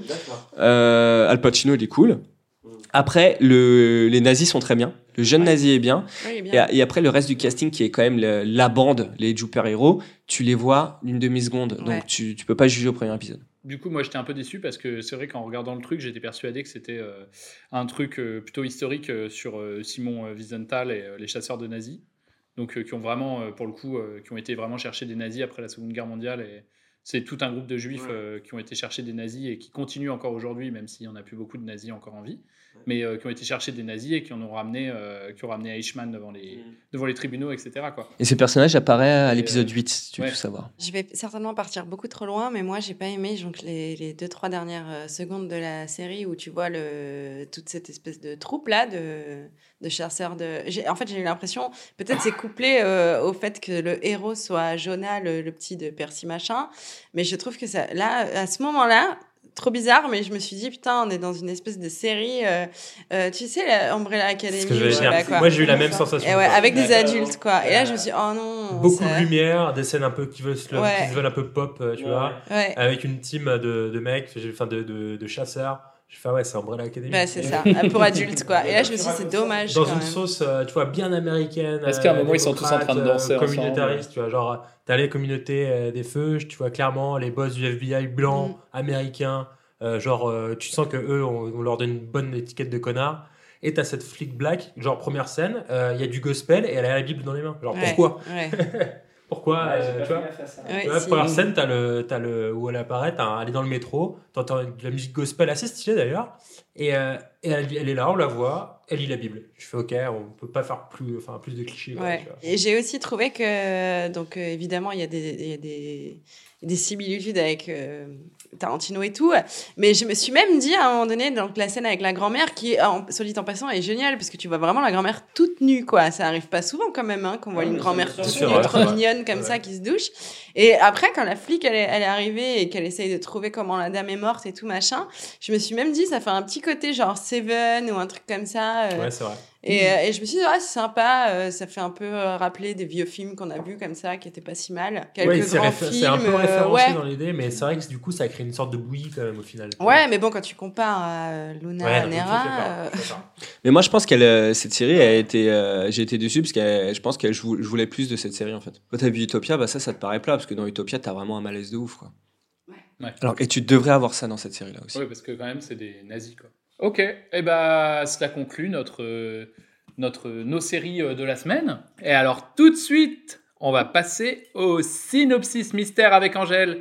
Euh, Al Pacino, il est cool. Après, le, les nazis sont très bien. Le jeune nazi est bien. Ouais, il est Et, bien. et après, le reste du casting, qui est quand même le- la bande, les super héros, tu les vois d'une demi-seconde. Ouais. Donc, tu, tu peux pas juger au premier épisode. Du coup, moi, j'étais un peu déçu parce que c'est vrai qu'en regardant le truc, j'étais persuadé que c'était euh, un truc euh, plutôt historique euh, sur euh, Simon euh, Wiesenthal et euh, les chasseurs de nazis. Donc, euh, qui ont vraiment, euh, pour le coup, euh, qui ont été vraiment chercher des nazis après la Seconde Guerre mondiale. Et c'est tout un groupe de juifs euh, qui ont été chercher des nazis et qui continuent encore aujourd'hui, même s'il n'y en a plus beaucoup de nazis encore en vie, mais euh, qui ont été chercher des nazis et qui en ont ramené, euh, qui ont ramené Eichmann devant les, devant les tribunaux, et cetera. Quoi. Et ce personnage apparaît à Et, l'épisode euh, huit, si tu veux ouais. tout savoir. Je vais certainement partir beaucoup trop loin, mais moi, j'ai pas aimé donc, les, les deux, trois dernières euh, secondes de la série où tu vois le, toute cette espèce de troupe-là de, de chasseurs de. J'ai- En fait, j'ai eu l'impression, peut-être c'est couplé euh, au fait que le héros soit Jonah, le, le petit de Percy machin, mais je trouve que ça, là, à ce moment-là, trop bizarre, mais je me suis dit, putain, on est dans une espèce de série, euh, euh, tu sais, la Umbrella Academy. Ce que j'allais je sais dire. pas quoi. Moi, j'ai eu la même sensation. Et ouais, avec des adultes, quoi. Et là, je me suis dit, oh non. Beaucoup ça- de lumière, des scènes un peu qui, veulent se, Ouais. qui se veulent un peu pop, euh, tu Ouais. vois, Ouais. avec une team de, de mecs, j'ai- enfin de, de, de chasseurs. J'ai fait, ah ouais, c'est Umbrella Academy. Bah, c'est ça, pour adultes, quoi. Et là, je me suis dit, c'est dommage. Dans quand une même. sauce, euh, tu vois, bien américaine. Est-ce qu'à un euh, moment, ils sont tous en train de démocrate, danser euh, ensemble communautariste, tu vois, genre, t'as les communautés euh, des feux, tu vois clairement les boss du F B I blancs, Mm. américains, euh, genre, euh, tu sens que eux, on, on leur donne une bonne étiquette de connard. Et t'as cette flic black, genre, première scène, euh, il y a du gospel et elle a la Bible dans les mains. Genre, Ouais, pourquoi ouais. Pourquoi Ouais, euh, j'ai pas tu vois fait gaffe à ça. Ouais, Tu vois, si. première scène, t'as le, t'as le, où elle apparaît, t'as un- elle est dans le métro, t'entends de la musique gospel assez stylée d'ailleurs, et, euh, et elle, elle est là, on la voit, elle lit la Bible. Je fais ok, on peut pas faire plus, enfin, plus de clichés. quoi, Ouais. tu vois. Et j'ai aussi trouvé que, donc euh, évidemment, il y a des, il y a des, des similitudes avec euh, Tarantino et tout, mais je me suis même dit à un moment donné, donc la scène avec la grand-mère, qui, en, soit dit en passant, est géniale, parce que tu vois vraiment la grand-mère toute nue, quoi. Ça arrive pas souvent quand même, hein, qu'on voit Ouais, une mais grand-mère c'est toute sûr, nue, ouais, trop c'est vrai. mignonne comme Ouais. ça, qui se douche. Et après, quand la flic, elle est, elle est arrivée et qu'elle essaye de trouver comment la dame est morte et tout machin, je me suis même dit, ça fait un petit côté genre Seven ou un truc comme ça. euh, Ouais, c'est vrai. Et, euh, et je me suis dit, ah, c'est sympa, euh, ça fait un peu euh, rappeler des vieux films qu'on a vus comme ça, qui étaient pas si mal. Quelques Ouais, c'est, grands réf- films. c'est un peu euh, référencé ouais. dans l'idée, mais c'est vrai que du coup, ça crée une sorte de bouillie quand même au final. Ouais, mais bon, quand tu compares à euh, Luna Ouais, non, Nera. je suis d'accord, euh, je suis d'accord. Mais moi, je pense que cette série a été. euh, j'ai été déçu parce que je pense que je vou- je voulais plus de cette série en fait. Quand t'as vu Utopia, bah ça, ça te paraît plat parce que dans Utopia, t'as vraiment un malaise de ouf quoi. Ouais. Alors, et tu devrais avoir ça dans cette série-là aussi. Oui, parce que quand même, c'est des nazis, quoi. Ok, et bah, cela conclut notre, euh, notre, nos séries euh, de la semaine. Et alors, tout de suite, on va passer au synopsis mystère avec Angèle.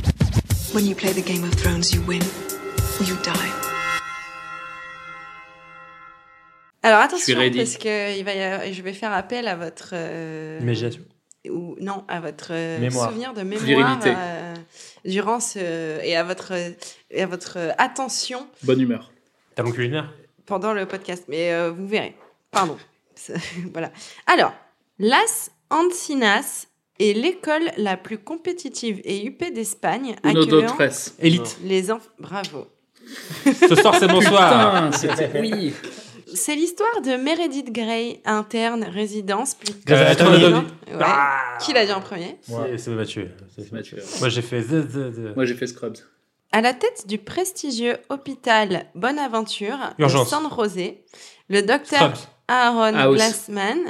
When you play the Game of Thrones, you win or you die. Alors Je suis attention, ready. parce que il va y avoir- je vais faire appel à votre. euh, Imagination. Ou, non, à votre euh, Mémoire. souvenir de mémoire Virilité. euh, durant ce. Et à votre, et à votre euh, attention Bonne humeur. Talon culinaire. pendant le podcast. Mais euh, vous verrez. Pardon. C'est- voilà. Alors, Las Encinas est l'école la plus compétitive et huppée d'Espagne, Uno, deux, accueillant tres. Élite. les enfants. Bravo. Ce soir, c'est bonsoir. Putain, c'était... Oui. C'est l'histoire de Meredith Grey, interne, résidence. Plus Grey's Anatomy. Ouais. Qui l'a dit en premier? C'est, c'est Mathieu. C'est C'est Mathieu. Moi, j'ai fait the, the, the. Moi, j'ai fait Scrubs. À la tête du prestigieux hôpital Bonaventure Urgence. de San José, le docteur Scrubs. Aaron House. Glassman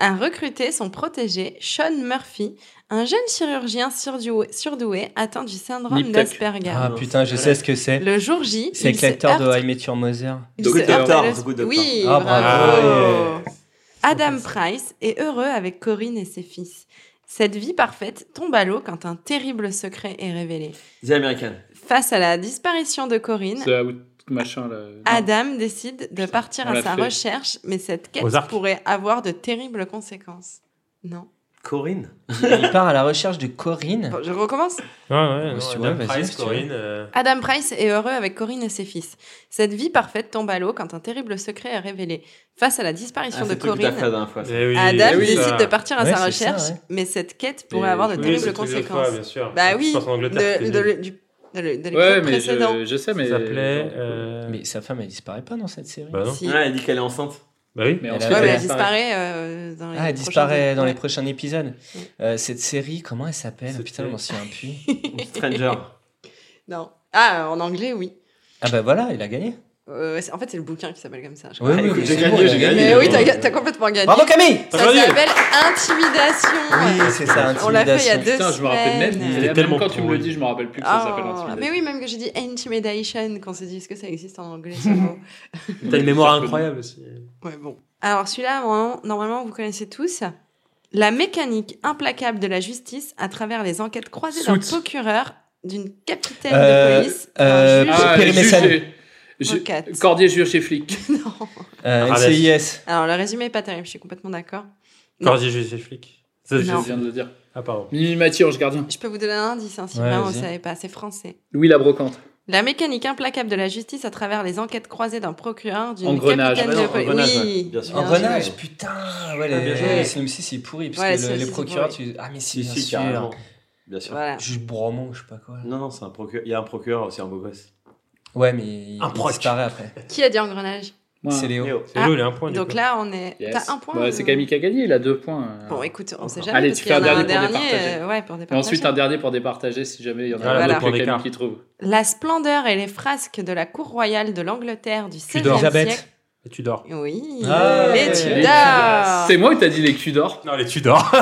a recruté son protégé, Sean Murphy, un jeune chirurgien surdoué, surdoué atteint du syndrome Nip Tuck. d'Asperger. Ah putain, je sais ce que c'est. Le jour J, c'est avec il se l'acteur de heurte- I Met Your Mother. il se heurte à l'os- Oui, Ah, bravo. bravo. Adam Price est heureux avec Corinne et ses fils. Cette vie parfaite tombe à l'eau quand un terrible secret est révélé. The American. Face à la disparition de Corinne, C'est un machin là. Adam décide de partir on à l'a sa fait. recherche, mais cette quête Aux arcs. pourrait avoir de terribles conséquences. Non. Corinne. Il part à la recherche de Corinne. Bon, je recommence. Ouais, ouais, non, Si tu Adam veux, vas-y, Price, si tu veux. Corinne. euh, Adam Price est heureux avec Corinne et ses fils. Cette vie parfaite tombe à l'eau quand un terrible secret est révélé. Face à la disparition Ah, de c'est le truc que Corinne, t'as fait la dernière fois, ça. Eh oui, Adam eh oui, décide ça. de partir à Ouais, sa c'est ça, recherche, ouais. mais cette quête pourrait Mais- avoir de oui, terribles c'est le truc de conséquences. fois, bien sûr. Bah Je oui, pense en Angleterre, de, c'était de, mieux. du, de, de l'épisode Ouais, mais précédent. je, je sais, mais. Ça s'appelait. euh, Mais sa femme, elle disparaît pas dans cette série. Bah non. Si. Ouais, elle dit qu'elle est enceinte. Bah oui. Mais Elle ensuite, a- Ouais, mais elle elle disparaît euh, dans les Ah, elle prochains disparaît épisodes. dans les Ouais. prochains épisodes. Euh, cette série, comment elle s'appelle C'était- Putain, je m'en souviens plus. Stranger. Non. Ah, en anglais, oui. Ah bah voilà, il a gagné. Euh, c'est- en fait, c'est le bouquin qui s'appelle comme ça. je Oui, crois. oui, écoute, oui, j'ai c'est gagné, bon, il a j'ai gagné. Mais oui, t'as, t'as complètement gagné. Bravo Camille. Ça T'as gagné. s'appelle Intimidation. Oui, c'est ça, On l'a fait il y a Intimidation. deux Putain, je me rappelle même. semaines. Même tellement quand tu me le pourri. dis, je me rappelle plus que ça s'appelle Ah, Intimidation. mais oui, même que j'ai dit Intimidation, qu'on s'est dit, est-ce que ça existe en anglais ce mot? T'as une mémoire incroyable aussi. Ouais, bon. Alors celui-là, normalement, normalement, vous connaissez tous. La mécanique implacable de la justice à travers les enquêtes croisées d'un Suits. procureur, d'une capitaine Euh, de police, euh, d'un juge. Ah, Perry juge Mason. et- ju- Enquête. Cordier juge chez flic. Euh, Radès. N C I S. Alors le résumé est pas terrible, je suis complètement d'accord. Non. Cordier, juge et flic. Ça, je- Je Non. viens de le dire. Ah, pardon. Mimi Mathieu, gardien. Je peux vous donner un indice, hein, si Ouais, vraiment vous vas-y. savez pas, c'est français. Louis la brocante. La mécanique implacable de la justice à travers les enquêtes croisées d'un procureur, d'une Engrenage. capitaine Ah de non, police. engrenage, Oui, ouais, bien sûr. bien Engrenage, joué. putain. Ouais, Ah, bien les, joué. les synopsis, c'est pourri. Parce Ouais, que c'est le- aussi, les c'est procureurs, pourri. tu. Ah, mais si, Si, bien si, sûr. carrément. Bien sûr. Voilà. Juge Bromont, je sais pas quoi. Non, non, c'est un procureur. Il y a un procureur aussi, un beau gosse. Ouais, mais il, Un il proc. disparaît après. Qui a dit engrenage? Moi. C'est Léo. Léo. C'est Ah, Léo, il a un point. du Donc coup. là, on est. Yes. T'as un point. Bah, c'est euh, Camille qui a gagné, il a deux points. Bon, écoute, on sait Encore. jamais. Allez, parce tu qu'il y fais un en a un dernier pour dernier. départager. euh, ouais, pour Et départager. ensuite, un dernier pour départager si jamais il y en a Voilà, un le que point Camille d'écart. qui trouve. La splendeur et les frasques de la cour royale de l'Angleterre du seizième Tudor. siècle. Elisabeth. Et tu dors. Oui, Ah, les les Tudors. C'est moi ou t'as dit les Tudors? Non, les Tudors.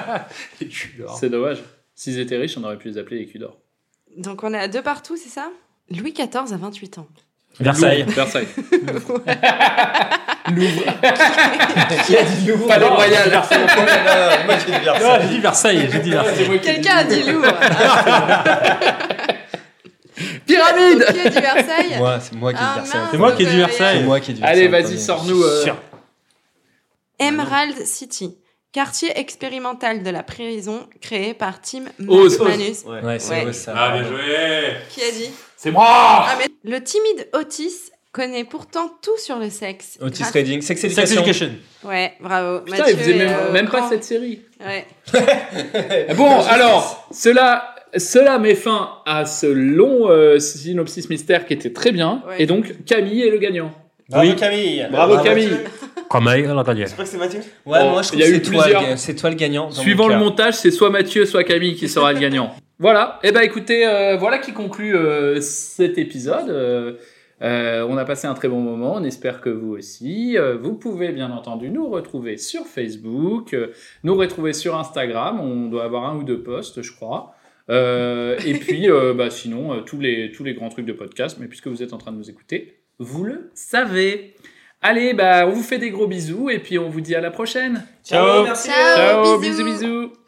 Les Tudors. C'est dommage. S'ils étaient riches, on aurait pu les appeler les Tudors. Donc on est à deux partout, c'est ça? Louis quatorze a vingt-huit ans. Versailles. Louvre, Versailles. Qui a dit Louvre? Palais Royal. Moi qui ai dit Non, Versailles. j'ai dit Versailles. J'ai dit Versailles. Quelqu'un a dit Louvre. Pyramide. Qui a dit Versailles? Moi, c'est moi qui ai Ah, dit Versailles. mince, C'est moi qui ai donc, dit euh, Versailles. C'est moi qui ai dit Allez, Versailles, vas-y, premier. sors-nous. euh, Sûr. Emerald City, quartier expérimental de la prison créé par Tim Ose. Manus. Ouais. Ouais, c'est Ouais. Ose, ça. Ah, bien joué. Qui a dit? C'est moi. Ah, mais le timide Otis connaît pourtant tout sur le sexe. Otis Grâce- Redding, Sex Sex Education. Education. Ouais, bravo. Putain, Mathieu il faisait est même, au même pas camp. cette série. Ouais. Bon, alors, cela, cela met fin à ce long euh, synopsis mystère qui était très bien. Ouais. Et donc, Camille est le gagnant. Bravo Oui. Camille. Bravo, Camille. Comment il a gagné? Je crois que c'est Mathieu. Ouais, Bon, moi je trouve il y a que eu c'est toi, plusieurs. le ga- c'est toi le gagnant. dans Suivant mon le cœur. montage, c'est soit Mathieu, soit Camille qui sera le gagnant. Voilà. Et ben écoutez, euh, voilà qui conclut euh, cet épisode. Euh, euh, on a passé un très bon moment. On espère que vous aussi. Euh, vous pouvez bien entendu nous retrouver sur Facebook, euh, nous retrouver sur Instagram. On doit avoir un ou deux posts, je crois. Euh, et puis, euh, bah, sinon, euh, tous les tous les grands trucs de podcast. Mais puisque vous êtes en train de nous écouter, vous le savez. Allez, bah, on vous fait des gros bisous et puis on vous dit à la prochaine. Ciao, merci. Ciao, Ciao, bisous. bisous. bisous.